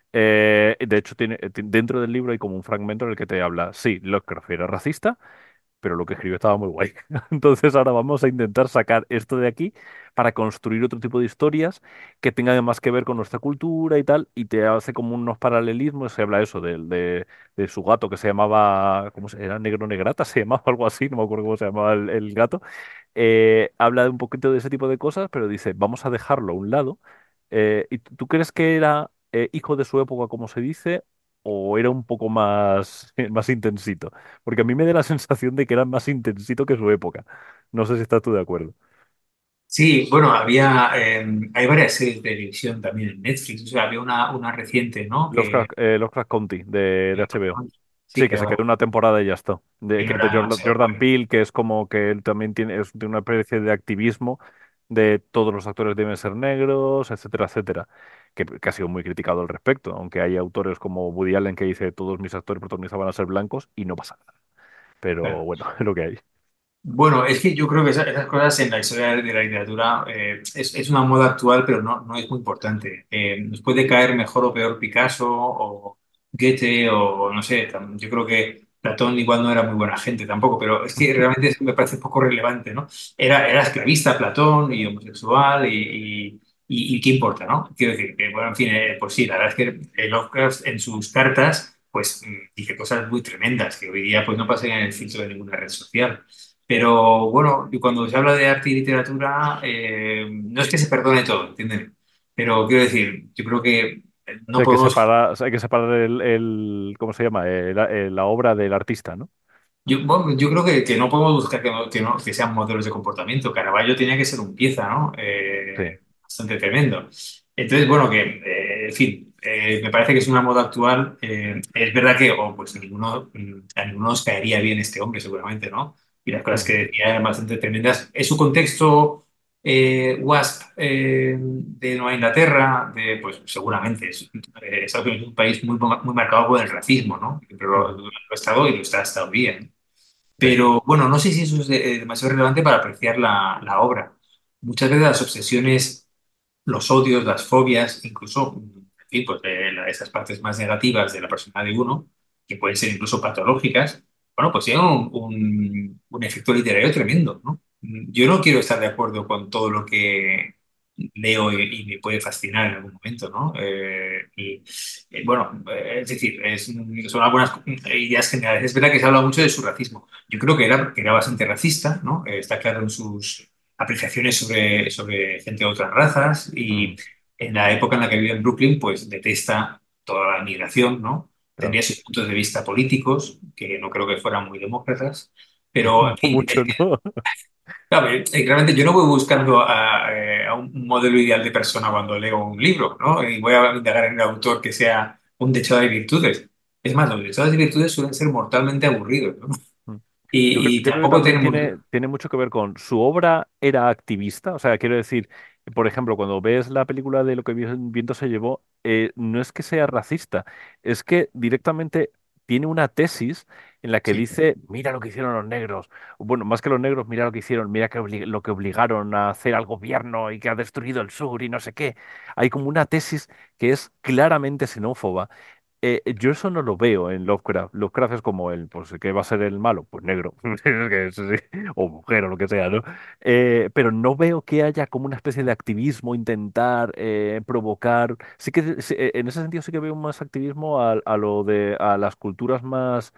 Eh, de hecho, tiene, eh, ti- dentro del libro hay como un fragmento en el que te habla, sí, Lovecraft era racista, pero lo que escribió estaba muy guay. Entonces ahora vamos a intentar sacar esto de aquí para construir otro tipo de historias que tengan más que ver con nuestra cultura y tal, y te hace como unos paralelismos, se habla eso, de, de, de su gato que se llamaba, ¿cómo se era? Negro Negrata, se llamaba algo así, no me acuerdo cómo se llamaba el, el gato. Eh, habla de un poquito de ese tipo de cosas, pero dice, vamos a dejarlo a un lado. Eh, ¿y tú tú crees que era eh, hijo de su época, como se dice, o era un poco más, más intensito? Porque a mí me da la sensación de que era más intensito que su época. No sé si estás tú de acuerdo. Sí, bueno, había, eh, hay varias series de televisión también en Netflix, o sea, había una, una reciente, ¿no? Que, Lovecraft, eh, Lovecraft County de, de H B O. sí, Sí, que que se ahora quedó una temporada y ya está. De, y que es de ahora Jordan, se lo Jordan ponen. Peele, que es como que él también tiene, es de una especie de activismo de todos los actores deben ser negros, etcétera, etcétera. Que, que ha sido muy criticado al respecto, aunque hay autores como Woody Allen que dice todos mis actores protagonizaban a ser blancos y no pasa nada. Pero bueno, es lo que hay. Bueno, es que yo creo que esa- esas cosas en la historia de la literatura eh, es, es una moda actual, pero no, no es muy importante. Eh, nos puede caer mejor o peor Picasso o Goethe o no sé, tam- yo creo que Platón igual no era muy buena gente tampoco, pero es que realmente eso me parece poco relevante, ¿no? Era, era esclavista Platón y homosexual y, y, y- y ¿qué importa, no? Quiero decir, que, bueno, en fin, eh, pues sí, la verdad es que eh, Lovecraft en sus cartas pues mm, dice cosas muy tremendas que hoy día pues no pasan en el filtro de ninguna red social. Pero bueno, y cuando se habla de arte y literatura, eh, no es que se perdone todo, ¿entienden? Pero quiero decir, yo creo que eh, no Hay que podemos, separar, hay que separar el, el- ¿cómo se llama? El- el- la obra del artista, ¿no? yo, bueno, yo creo que, que no podemos buscar que, no, que, no- que sean modelos de comportamiento. Caravaggio tenía que ser un pieza, ¿no? Sí. Eh, bastante tremendo. Entonces, bueno, que, eh, en fin, eh, me parece que es una moda actual. Eh, es verdad que, oh, pues a ninguno, mm, a ninguno nos caería bien este hombre, seguramente, ¿no? Y las cosas que Ujú. decía eran bastante tremendas. En su contexto, eh, WASP eh, de Nueva Inglaterra, de, pues seguramente es, eh, Estados Unidos es un país muy, muy marcado por el racismo, ¿no? Pero lo, Ujú. lo ha estado y lo está hasta hoy día, ¿no? Sí. Pero bueno, no sé si eso es de- eh, demasiado relevante para apreciar la, la obra. Muchas veces las obsesiones, los odios, las fobias, incluso, mm, en fin, pues, eh, la- esas partes más negativas de la personalidad de uno, que pueden ser incluso patológicas, bueno, pues tienen un, un- un efecto literario tremendo, ¿no? Mm, Yo no quiero estar de acuerdo con todo lo que leo y, y me puede fascinar en algún momento, ¿no? Eh, y, eh, bueno, eh, es decir, es- son algunas ideas generales. Es verdad que se habla mucho de su racismo. Yo creo que era, que era bastante racista, ¿no? Eh, está claro en sus apreciaciones sobre, sobre gente de otras razas y Mm, en la época en la que vive en Brooklyn, pues detesta toda la inmigración, ¿no? claro. Tendría sus puntos de vista políticos, que no creo que fueran muy demócratas, Pero, en No fin, mucho, ¿no? claro, eh, eh, realmente yo no voy buscando a, eh, a un modelo ideal de persona cuando leo un libro, ¿no? Y voy a indagar en el autor que sea un dechado de virtudes. Es más, los dechados de virtudes suelen ser mortalmente aburridos, ¿no? Mm. Yo, cre- Y, y yo creo que tampoco también tienen mucho... tiene, tiene mucho que ver con su obra era activista, o sea, quiero decir, por ejemplo, cuando ves la película de Lo que vi- viento se llevó, eh, no es que sea racista, es que directamente tiene una tesis en la que Sí, dice, mira lo que hicieron los negros, o bueno, más que los negros, mira lo que hicieron, mira que obli- lo que obligaron a hacer al gobierno y que ha destruido el sur y no sé qué. Hay como una tesis que es claramente xenófoba. Eh, yo eso no lo veo en Lovecraft. Lovecraft es como el, pues, ¿qué va a ser el malo? Pues negro, Es que es- sí, o mujer o lo que sea, ¿no? Eh, pero no veo que haya como una especie de activismo, intentar eh, provocar. Sí que sí, eh, en ese sentido sí que veo más activismo a, a lo de a las culturas más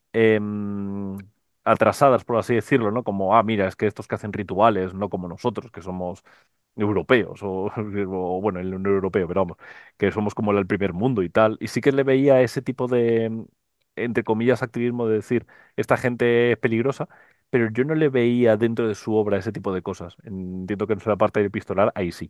em, atrasadas, por así decirlo, ¿no? Como, ah, mira, es que estos que hacen rituales, no como nosotros, que somos europeos, o, o, bueno, el Unión Europeo, pero vamos, que somos como el primer mundo y tal. Y sí que le veía ese tipo de, em, entre comillas, activismo de decir, esta gente es peligrosa, pero yo no le veía dentro de su obra ese tipo de cosas. Entiendo que en la parte epistolar, ahí sí,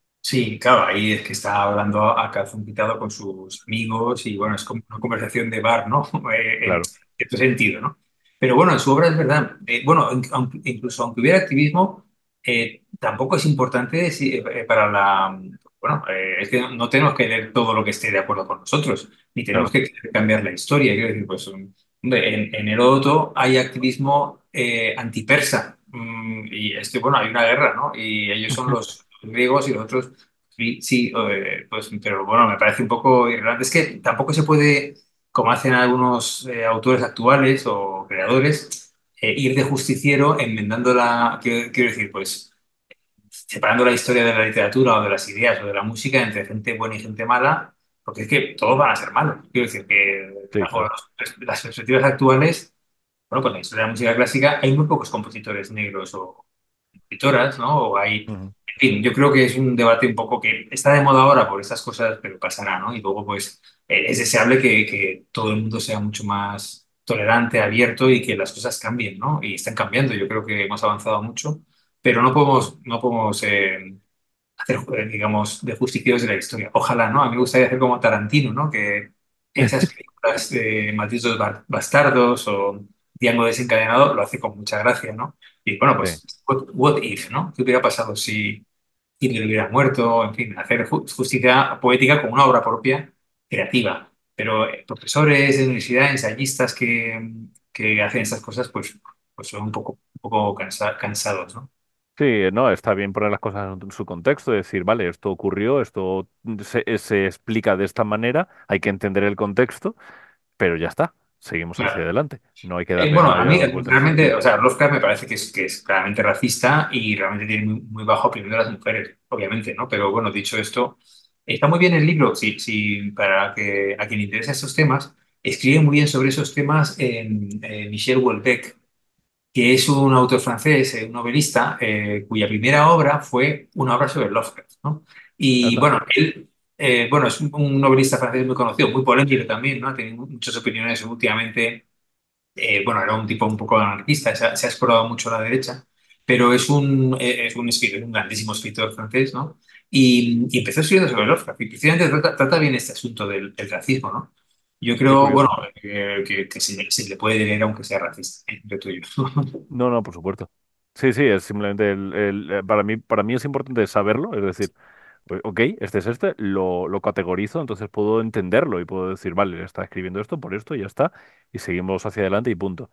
sí, claro, ahí es que está hablando a calzón quitado con sus amigos y bueno, es como una conversación de bar, ¿no? Eh, en claro. cierto sentido, ¿no? Pero bueno, en su obra es verdad. Eh, bueno, in- aunque- incluso aunque hubiera activismo, eh, tampoco es importante si- eh, para la... Bueno, eh, es que no tenemos que leer todo lo que esté de acuerdo con nosotros, ni tenemos Claro. que cambiar la historia. Quiero decir, pues um, hombre, en, en Heródoto hay activismo eh, antipersa. Mm, y es que, bueno, hay una guerra, ¿no? Y ellos son los griegos y los otros sí, sí, eh, pues, pero bueno, me parece un poco irrelevante. Es que tampoco se puede, como hacen algunos eh, autores actuales o creadores, eh, ir de justiciero enmendando la, quiero, quiero decir, pues separando la historia de la literatura o de las ideas o de la música entre gente buena y gente mala, porque es que todos van a ser malos. Quiero decir que Sí, bajo claro. los- las perspectivas actuales, bueno, con la historia de la música clásica hay muy pocos compositores negros o escritoras, ¿no? O hay, Ujú. en fin, yo creo que es un debate un poco que está de moda ahora por estas cosas, pero pasará, ¿no? Y luego, pues, eh, es deseable que, que todo el mundo sea mucho más tolerante, abierto y que las cosas cambien, ¿no? Y están cambiando, yo creo que hemos avanzado mucho, pero no podemos, no podemos eh, hacer, eh, digamos, de justicieros de la historia. Ojalá, ¿no? A mí me gustaría hacer como Tarantino, ¿no? Que esas películas de Malditos Ba- Bastardos o Django desencadenado lo hace con mucha gracia, ¿no? Y bueno, Sí. pues, what, what if, ¿no? ¿Qué hubiera pasado si Hitler hubiera muerto? En fin, hacer ju- justicia poética con una obra propia, creativa. Pero eh, profesores de universidad, ensayistas que, que hacen estas cosas, pues, pues son un poco, un poco cansa- cansados, ¿no? Sí, no, está bien poner las cosas en su contexto, decir, vale, esto ocurrió, esto se, se explica de esta manera, hay que entender el contexto, pero ya está, seguimos hacia Claro. adelante, no hay que Eh, darle bueno, a mí demasiadas eh, vueltas. realmente, o sea, Lovecraft me parece que es, que es claramente racista y realmente tiene muy, muy baja opinión de las mujeres, obviamente, ¿no? Pero bueno, dicho esto, está muy bien el libro, sí, sí, para que a quien le interesa estos temas, escribe muy bien sobre esos temas en, eh, Michel Houellebecq, que es un autor francés, eh, un novelista, eh, cuya primera obra fue una obra sobre Lovecraft, ¿no? Y Anda. bueno, él, eh, bueno, es un, un novelista francés muy conocido, muy polémico también, ¿no? Ha tenido muchas opiniones últimamente. Eh, bueno, era un tipo un poco anarquista, se ha, se ha explorado mucho a la derecha, pero es un, eh, es un escritor, un grandísimo escritor francés, ¿no? Y, y empezó escribiendo sobre Lovecraft, y precisamente trata, trata bien este asunto del, del racismo, ¿no? Yo Qué creo, bueno, curioso. eh, que, que se, se le puede leer aunque sea racista, ¿eh? Entre tú y yo. No, no, por supuesto. Sí, sí, es simplemente el, el- eh, para mí, para mí es importante saberlo, es decir, pues, ok, este es este, lo, lo categorizo, entonces puedo entenderlo y puedo decir, vale, está escribiendo esto por esto y ya está, y seguimos hacia adelante y punto.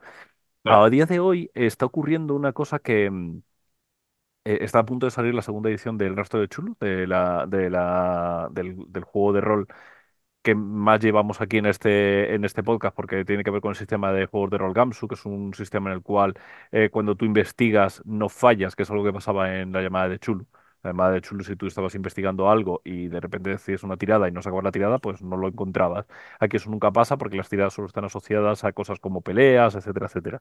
A Claro. día de hoy está ocurriendo una cosa que mm, eh, está a punto de salir la segunda edición del Rastro de Chulo, de la, de la, del, del juego de rol que más llevamos aquí en este, en este podcast, porque tiene que ver con el sistema de juegos de rol Gamsu, que es un sistema en el cual eh, cuando tú investigas no fallas, que es algo que pasaba en la llamada de Chulu. La llamada de Chulu, si tú estabas investigando algo y de repente decides una tirada y no sacabas la tirada, pues no lo encontrabas. Aquí eso nunca pasa porque las tiradas solo están asociadas a cosas como peleas, etcétera, etcétera.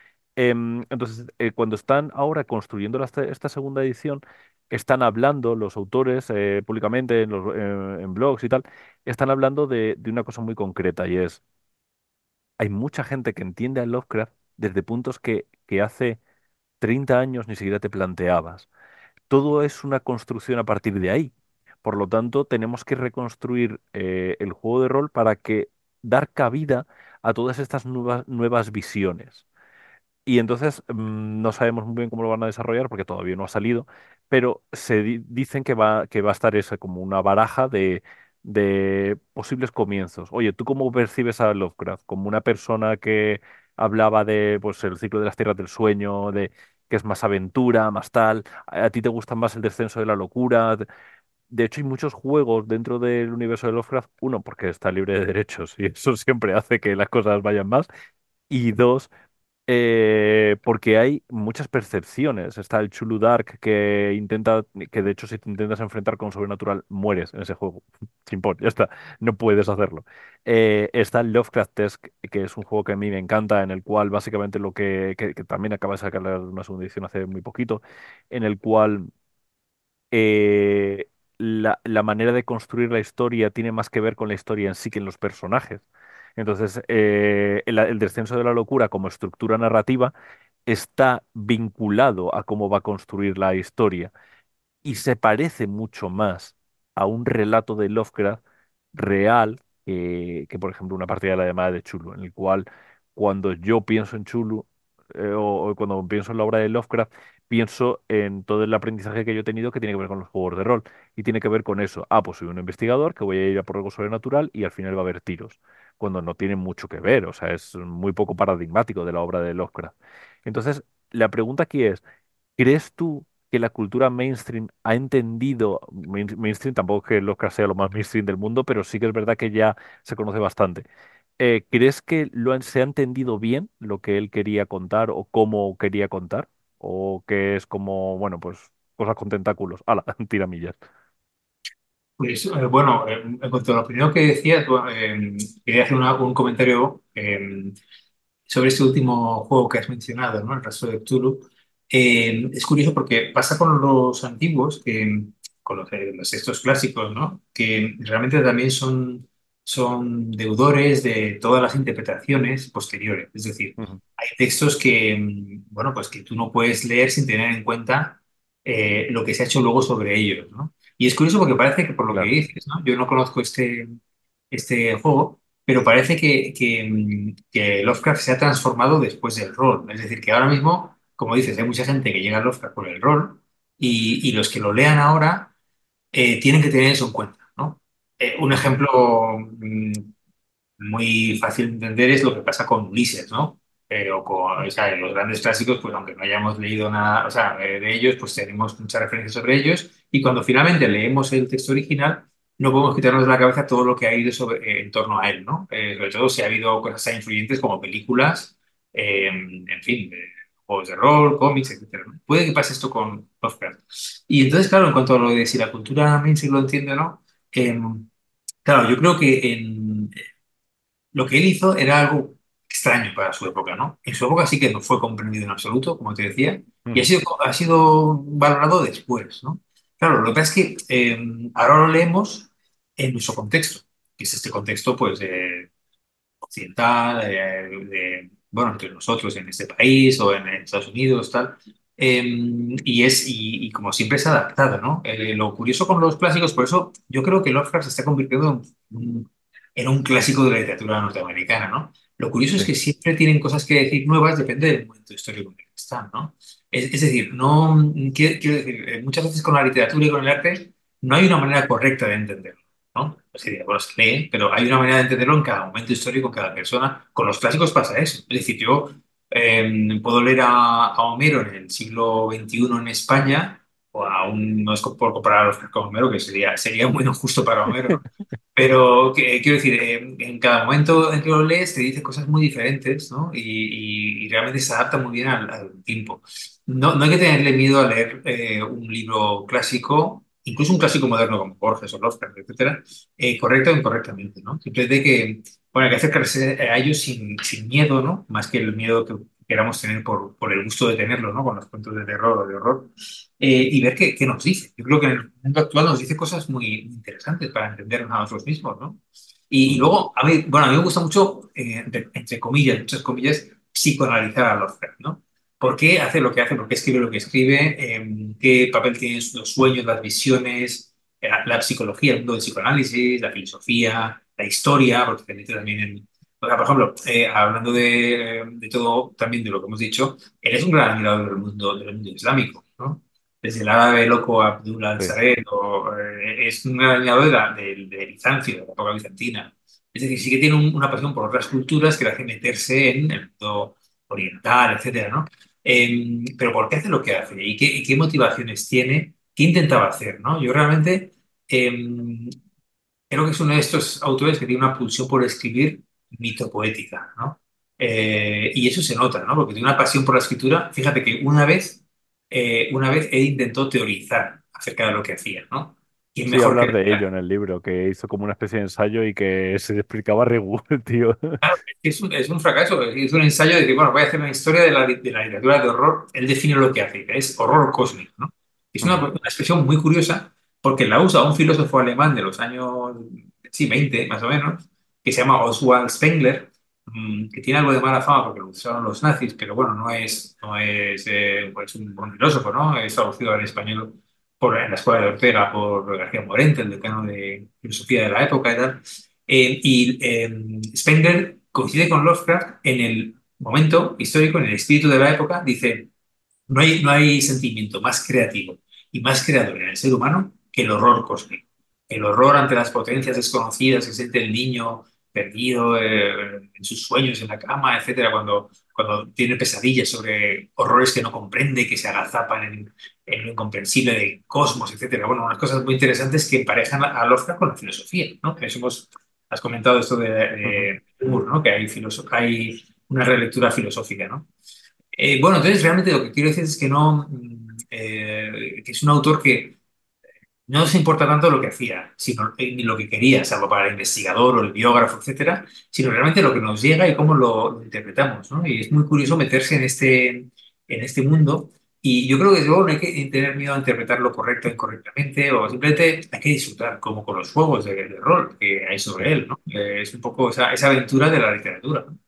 Em, entonces, eh, cuando están ahora construyendo la- esta, esta segunda edición, están hablando los autores eh, públicamente en, los, eh, en blogs y tal, están hablando de, de una cosa muy concreta y es, hay mucha gente que entiende a Lovecraft, desde puntos que, que hace treinta años ni siquiera te planteabas. Todo es una construcción a partir de ahí. Por lo tanto, tenemos que reconstruir eh, el juego de rol para que dar cabida a todas estas nuevas, nuevas visiones. Y entonces mm, no sabemos muy bien cómo lo van a desarrollar porque todavía no ha salido, pero se di- dicen que va, que va a estar esa como una baraja de, de posibles comienzos. Oye, ¿tú cómo percibes a Lovecraft? ¿Como una persona que hablaba de pues el ciclo de las tierras del sueño, de que es más aventura, más tal? ¿A a ti te gusta más el descenso de la locura? De de hecho, hay muchos juegos dentro del universo de Lovecraft. Uno, porque está libre de derechos y eso siempre hace que las cosas vayan más. Y dos, eh, porque hay muchas percepciones. Está el Chulu Dark que intenta, que de hecho si te intentas enfrentar con sobrenatural, mueres en ese juego. Chimpón, ya está, no puedes hacerlo. Eh, está el Lovecraftesk, que es un juego que a mí me encanta, en el cual básicamente lo que, que, que también acaba de sacar una segunda edición hace muy poquito, en el cual eh, la, la manera de construir la historia tiene más que ver con la historia en sí que en los personajes. Entonces, eh, el, el descenso de la locura como estructura narrativa está vinculado a cómo va a construir la historia y se parece mucho más a un relato de Lovecraft real que, que, por ejemplo, una partida de la llamada de Chulu, en el cual cuando yo pienso en Chulu eh, o, o cuando pienso en la obra de Lovecraft, pienso en todo el aprendizaje que yo he tenido que tiene que ver con los juegos de rol y tiene que ver con eso. Ah, pues soy un investigador que voy a ir a por algo sobrenatural y al final va a haber tiros, cuando no tiene mucho que ver, o sea, es muy poco paradigmático de la obra de Lovecraft. Entonces, la pregunta aquí es, ¿crees tú que la cultura mainstream ha entendido, main- mainstream tampoco es que Lovecraft sea lo más mainstream del mundo, pero sí que es verdad que ya se conoce bastante? Eh, ¿crees que lo han- se ha entendido bien lo que él quería contar o cómo quería contar? ¿O que es como, bueno, pues cosas con tentáculos? ¡Hala! Tiramillas. Pues eh, bueno, eh, en cuanto a lo primero que decías, bueno, eh, quería hacer una- un comentario. eh, sobre este último juego que has mencionado, ¿no? El Rastro de Cthulhu. Eh, es curioso porque pasa con los antiguos, que, con los, eh, los textos clásicos, ¿no? Que realmente también son, son deudores de todas las interpretaciones posteriores. Es decir, Ujú. hay textos que, mm, bueno, pues que tú no puedes leer sin tener en cuenta eh, lo que se ha hecho luego sobre ellos, ¿no? Y es curioso porque parece que por lo que Claro. dices, ¿no? Yo no conozco este, este juego, pero parece que, que, mm, que Lovecraft se ha transformado después del rol. Es decir, que ahora mismo, como dices, hay mucha gente que llega a Lovecraft por el rol y, y los que lo lean ahora eh, tienen que tener eso en cuenta, ¿no? Eh, un Ujú. ejemplo mm, muy fácil de entender es lo que pasa con Ulises, ¿no? Eh, o con, o sea, los grandes clásicos, pues aunque no hayamos leído nada, o sea, eh, de ellos, pues tenemos muchas referencias sobre ellos y cuando finalmente leemos el texto original, no podemos quitarnos de la cabeza todo lo que ha ido sobre, eh, en torno a él, ¿no? Eh, sobre todo si ha habido cosas tan influyentes como películas, eh, en fin, eh, juegos de rol, cómics, etcétera, ¿no? Puede que pase esto con Lovecraft. Y entonces, claro, en cuanto a lo de si la cultura mainstream lo entiende o no, em, claro, yo creo que en, lo que él hizo era algo extraño para su época, ¿no? En su época sí que no fue comprendido en absoluto, como te decía, y ha Ujú. sido, ha sido valorado después, ¿no? Claro, lo que pasa es que eh, ahora lo leemos en nuestro contexto, que es este contexto, pues, eh, occidental, eh, de, bueno, entre nosotros en este país o en Estados Unidos, tal. Eh, y es, y, y como siempre es adaptado, ¿no? Eh, lo curioso con los clásicos, por eso yo creo que Lovecraft se está convirtiendo en un, en un clásico de la literatura norteamericana, ¿no? Lo curioso es Sí, que siempre tienen cosas que decir nuevas, depende del momento histórico en el que están, ¿no? Es, es decir, no, quiero, quiero decir, eh, muchas veces con la literatura y con el arte no hay una manera correcta de entenderlo. ¿No? Pues sí, bueno, se lee, pero hay una manera de entenderlo en cada momento histórico, en cada persona. Con los clásicos pasa eso. Es decir, yo eh, puedo leer a, a Homero en el siglo veintiuno en España, o aún no es por comparar a los con Homero, que sería, sería muy injusto para Homero, ¿no? Pero que- quiero decir, eh, en cada momento en que lo lees te dice cosas muy diferentes, ¿no? Y, y- y realmente se adapta muy bien al, al tiempo. No, no hay que tenerle miedo a leer eh, un libro clásico, incluso un clásico moderno como Borges o Lovecraft, etcétera, eh, correcta o incorrectamente, ¿no? Simplemente que, bueno, hay que acercarse a ellos sin, sin miedo, ¿no? Más que el miedo que queramos tener por, por el gusto de tenerlo, ¿no? Con los cuentos de terror o de horror, eh, y ver qué, qué nos dice. Yo creo que en el mundo actual nos dice cosas muy interesantes para entendernos a nosotros mismos, ¿no? Y, y ujú, luego, a mí, bueno, a mí me gusta mucho, eh, entre, entre comillas, muchas comillas, psicoanalizar a Lovecraft, ¿no? ¿Por qué hace lo que hace? ¿Por qué escribe lo que escribe? Eh, ¿qué papel tienen los sueños, las visiones, la, la psicología, el mundo del psicoanálisis, la filosofía, la historia? Porque te mete también en... O sea, por ejemplo, eh, hablando de, de todo, también de lo que hemos dicho, él es un gran admirador del mundo, del mundo islámico, ¿no? Desde el árabe loco Abdul Sí. al-Sárez, o, eh, es un gran admirador de, la, de, de Bizancio, de la época bizantina. Es decir, sí que tiene un- una pasión por otras culturas que le hace meterse en el mundo oriental, etcétera, ¿no? Eh, pero ¿por qué hace lo que hace? ¿Y qué, y qué motivaciones tiene? ¿Qué intentaba hacer, ¿no? Yo realmente eh, creo que es uno de estos autores que tiene una pulsión por escribir mitopoética, ¿no? Eh, y eso se nota, ¿no? Porque tiene una pasión por la escritura. Fíjate que una vez, eh, una vez él intentó teorizar acerca de lo que hacía, ¿no? ¿Quién Sí, mejor que hablas él? de ello en el libro, que hizo como una especie de ensayo y que se explicaba re el tío. Es un, es un fracaso, es un ensayo de decir, bueno, voy a hacer una historia de la, de la literatura de horror. Él define lo que hace, que es horror cósmico, ¿no? Es una, Ujú. una expresión muy curiosa porque la usa un filósofo alemán de los años, sí, veinte más o menos, que se llama Oswald Spengler, mm, que tiene algo de mala fama porque lo usaron los nazis, pero bueno, no es, no es eh, pues un buen filósofo, ¿no? Es traducido al español por, en la Escuela de Ortega por García Morente, el decano de filosofía de la época y tal. Eh, y eh, Spengler coincide con Lovecraft en el momento histórico, en el espíritu de la época, dice, no hay, no hay sentimiento más creativo y más creador en el ser humano que el horror cósmico. El horror ante las potencias desconocidas que siente el niño perdido eh, en sus sueños, en la cama, etcétera, cuando, cuando tiene pesadillas sobre horrores que no comprende, que se agazapan en, en lo incomprensible del cosmos, etcétera. Bueno, unas cosas muy interesantes que emparejan a Lovecraft con la filosofía, ¿no? Que eso hemos, has comentado esto de, Ujú. de Moore, ¿no? Que hay, filoso- hay una relectura filosófica, ¿no? Eh, bueno, entonces realmente lo que quiero decir es que no, mm, eh, que es un autor que no se importa tanto lo que hacía, sino eh, ni lo que quería, salvo para el investigador o el biógrafo, etcétera, sino realmente lo que nos llega y cómo lo, lo interpretamos, ¿no? Y es muy curioso meterse en este, en este mundo. Y yo creo que desde luego no hay que tener miedo a interpretarlo correcto o incorrectamente, o simplemente hay que disfrutar, como con los juegos de, de rol que hay Sí. sobre él, ¿no? Eh, es un poco esa, esa aventura de la literatura, ¿no?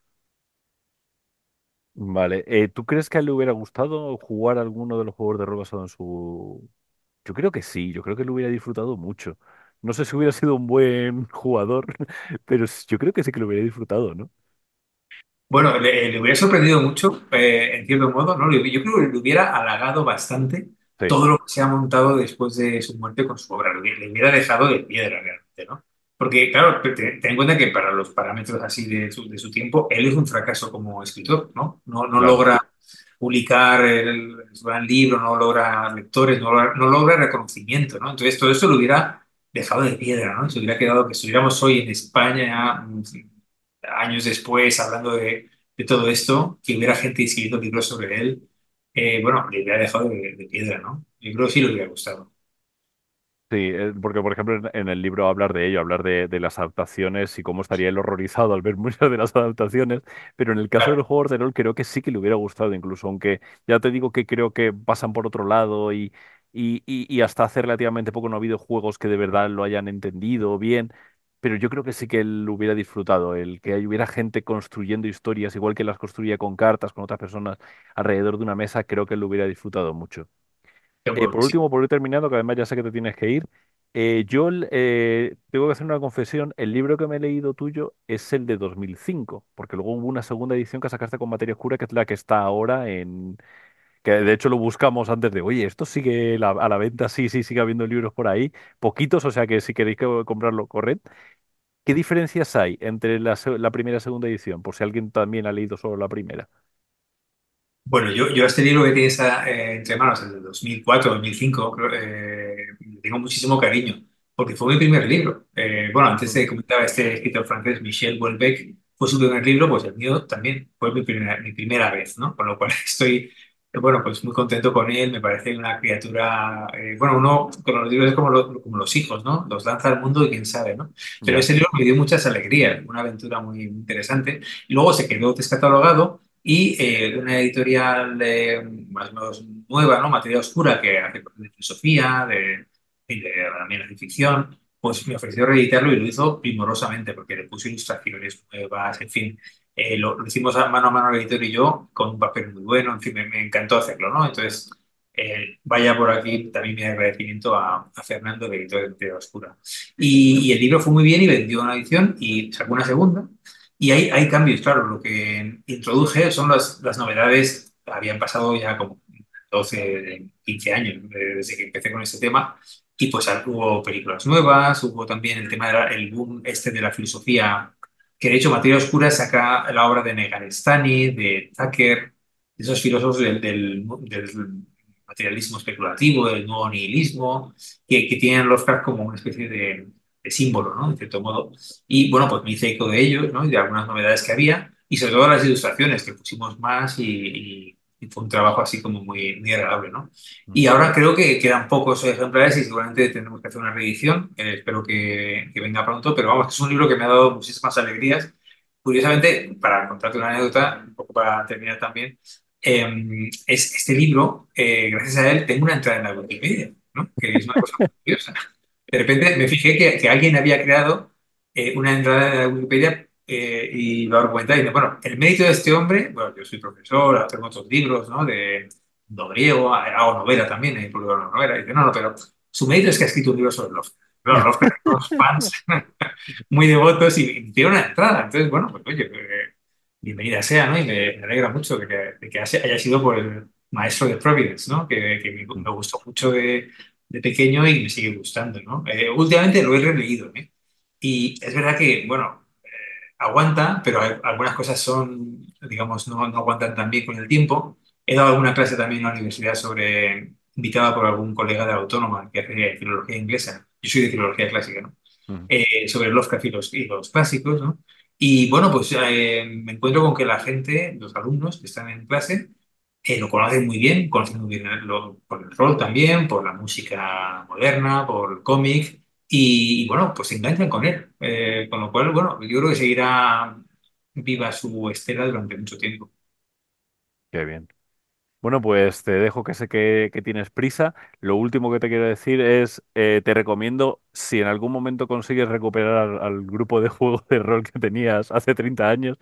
Vale. Eh, ¿tú crees que a él le hubiera gustado jugar alguno de los juegos de rol basado en su... Yo creo que sí, yo creo que lo hubiera disfrutado mucho. No sé si hubiera sido un buen jugador, pero s- yo creo que sí que lo hubiera disfrutado, ¿no? Bueno, le, le hubiera sorprendido mucho, eh, en cierto modo, ¿no? Le- Yo creo que le hubiera halagado bastante Sí, todo lo que se ha montado después de su muerte con su obra. Le, hubiera le hubiera dejado de piedra realmente, ¿no? Porque, claro, te- te- ten en cuenta que para los parámetros así de su, de su tiempo, él es un fracaso como escritor, ¿no? No, no claro. logra publicar el, su gran libro, no logra lectores, no logra, no logra reconocimiento, ¿no? Entonces, todo eso lo hubiera dejado de piedra, ¿no? Se hubiera quedado que estuviéramos hoy en España, mm, años después, hablando de, de todo esto, que hubiera gente escribiendo libros sobre él, eh, bueno, le hubiera dejado de, de piedra, ¿no? Yo creo que sí le hubiera gustado. Sí, eh, porque por ejemplo en, en el libro hablar de ello, hablar de, de las adaptaciones y cómo estaría él horrorizado al ver muchas de las adaptaciones, pero en el caso de Claro, los juegos de rol creo que sí que le hubiera gustado incluso, aunque ya te digo que creo que pasan por otro lado y, y, y, y hasta hace relativamente poco no ha habido juegos que de verdad lo hayan entendido bien, pero yo creo que sí que él lo hubiera disfrutado, el que hubiera gente construyendo historias igual que las construía con cartas, con otras personas alrededor de una mesa, creo que él lo hubiera disfrutado mucho. Eh, seguro por que sí. último, por ir terminando, que además ya sé que te tienes que ir, eh, yo el- eh, tengo que hacer una confesión, el libro que me he leído tuyo es el de dos mil cinco, porque luego hubo una segunda edición que sacaste con Materia Oscura, que es la que está ahora en... que de hecho lo buscamos antes de, oye, esto sigue la- a la venta, sí, sí, sigue habiendo libros por ahí, poquitos, o sea que si queréis que comprarlo, corred. ¿Qué diferencias hay entre la, se- la primera y segunda edición? Por si alguien también ha leído solo la primera. Bueno, yo, yo a este libro que tienes ah, eh, entre manos, el de dos mil cuatro, dos mil cinco, creo, eh, le tengo muchísimo cariño, porque fue mi primer libro. Eh, bueno, antes te Ujú. comentaba este escritor francés, Michel Houellebecq, fue su primer libro, pues el mío también fue mi primera, mi primera vez, ¿no? Con lo cual estoy, eh, bueno, pues muy contento con él, me parece una criatura, eh, bueno, uno con los libros es como, lo- como los hijos, ¿no? Los lanza al mundo y quién sabe, ¿no? Pero Ya, ese libro me dio muchas alegrías, una aventura muy interesante. Y luego se quedó descatalogado y eh, una editorial eh, más o menos nueva, ¿no? Materia Oscura, que hace cosas de filosofía, de, y de también de ficción, pues me ofreció reeditarlo y lo hizo primorosamente porque le puse ilustraciones nuevas, en fin. eh, lo, lo hicimos a mano a mano el editor y yo, con un papel muy bueno, en fin, me, me encantó hacerlo, ¿no? Entonces, eh, vaya por aquí también mi agradecimiento a, a Fernando, el editor de Piedra Oscura. Y, y el libro fue muy bien y vendió una edición y sacó una segunda. Y hay, hay cambios, claro, lo que introduje son las, las novedades, habían pasado ya como doce quince años eh, desde que empecé con este tema, y pues ah, hubo películas nuevas, hubo también el tema del boom este de la filosofía, que de hecho Materia Oscura saca la obra de Negarestani, de Tucker, de esos filósofos del, del, del materialismo especulativo, del nuevo nihilismo, que, que tienen los Lovecraft como una especie de, de símbolo, ¿no? En cierto modo. Y bueno, pues me hice eco de ellos, ¿no? Y de algunas novedades que había, y sobre todo las ilustraciones, que pusimos más y, y- y fue un trabajo así como muy, muy agradable, ¿no? Y ahora creo que quedan pocos ejemplares y seguramente tendremos que hacer una reedición. Eh, espero que, que venga pronto, pero vamos, que es un libro que me ha dado muchísimas alegrías. Curiosamente, para contarte una anécdota, un poco para terminar también, eh, es, este libro, eh, gracias a él, tengo una entrada en la Wikipedia, ¿no? Que es una cosa muy curiosa. De repente me fijé que, que alguien había creado eh, una entrada en la Wikipedia eh, y lo argumentaba y dice, bueno, el mérito de este hombre, bueno, yo soy profesor, tengo otros libros, ¿no? De mundo griego, hago novela también, he publicado una novela, y dice, no, no, pero su mérito es que ha escrito un libro sobre Lovecraft. Claro, Lovecraft, los fans muy devotos y, y tiene una entrada. Entonces, bueno, pues oye, eh, bienvenida sea, ¿no? Y me, me alegra mucho de que, de que haya haya sido por el maestro de Providence, ¿no? Que, que me, me gustó mucho de, de pequeño y me sigue gustando, ¿no? Eh, últimamente lo he releído, ¿eh? Y es verdad que, bueno, aguanta, pero hay- algunas cosas son, digamos, no, no aguantan tan bien con el tiempo. He dado alguna clase también en la universidad sobre, invitada por algún colega de la Autónoma que hace filología inglesa. Yo soy de filología clásica, ¿no? Ujú. Eh, sobre Lovecraft y los, y los clásicos, ¿no? Y bueno, pues eh, me encuentro con que la gente, los alumnos que están en clase, eh, lo conocen muy bien, conocen muy bien el- lo- por el rol también, por la música moderna, por el cómic, y, y bueno, pues se enganchan con él. Eh, con lo cual, bueno, yo creo que seguirá viva su estela durante mucho tiempo. Qué bien. Bueno, pues te dejo que sé que, que tienes prisa. Lo último que te quiero decir es, eh, te recomiendo, si en algún momento consigues recuperar al, al grupo de juego de rol que tenías hace treinta años,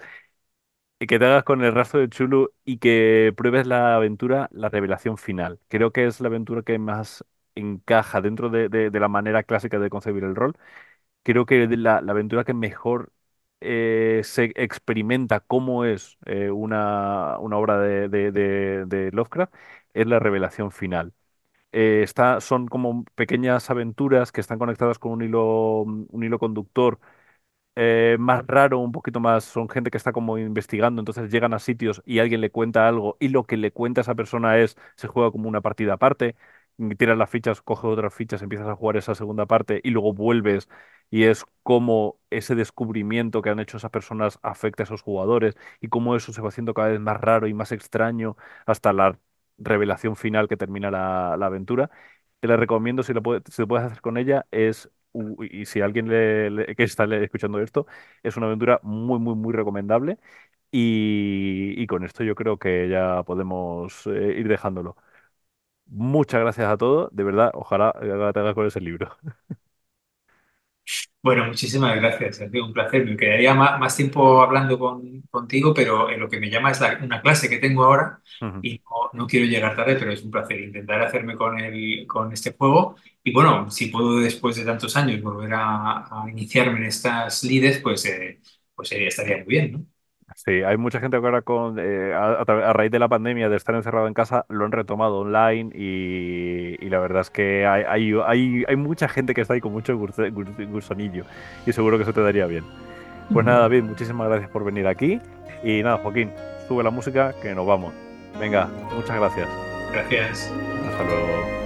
y que te hagas con el rastro de Chulu y que pruebes la aventura, la revelación final. Creo que es la aventura que más encaja dentro de, de- de la manera clásica de concebir el rol. Creo que de la, la aventura que mejor eh, se experimenta cómo es eh, una, una obra de, de- de- de Lovecraft es la revelación final. Eh, está, son como pequeñas aventuras que están conectadas con un hilo, un hilo conductor eh, más raro, un poquito más, son gente que está como investigando, entonces llegan a sitios y alguien le cuenta algo y lo que le cuenta a esa persona es, se juega como una partida aparte, y tiras las fichas, coges otras fichas, empiezas a jugar esa segunda parte y luego vuelves y es como ese descubrimiento que han hecho esas personas afecta a esos jugadores y cómo eso se va haciendo cada vez más raro y más extraño hasta la revelación final que termina la, la aventura. Te la recomiendo si lo puedes, si lo puedes hacer con ella, es u- y si alguien le- le- que está le- escuchando esto, es una aventura muy, muy, muy recomendable. Y, y con esto yo creo que ya podemos eh, ir dejándolo. Muchas gracias a todos, de verdad, ojalá eh, te hagas con ese libro. Bueno, muchísimas gracias, ha sido un placer. Me quedaría más, más tiempo hablando con- contigo, pero en lo que me llama es la- una clase que tengo ahora Ujú. y no, no quiero llegar tarde, pero es un placer intentar hacerme con, el, con este juego. Y bueno, si puedo después de tantos años volver a, a iniciarme en estas lides, pues, eh, pues eh, estaría muy bien, ¿no? Sí, hay mucha gente que ahora con, eh, a, a tra- a raíz de la pandemia, de estar encerrado en casa, lo han retomado online y, y la verdad es que hay, hay, hay, hay mucha gente que está ahí con mucho gurse- gur- gusanillo y seguro que eso te daría bien. Pues nada, David, muchísimas gracias por venir aquí. Y nada, Joaquín, sube la música que nos vamos. Venga, muchas gracias. Gracias. Hasta luego.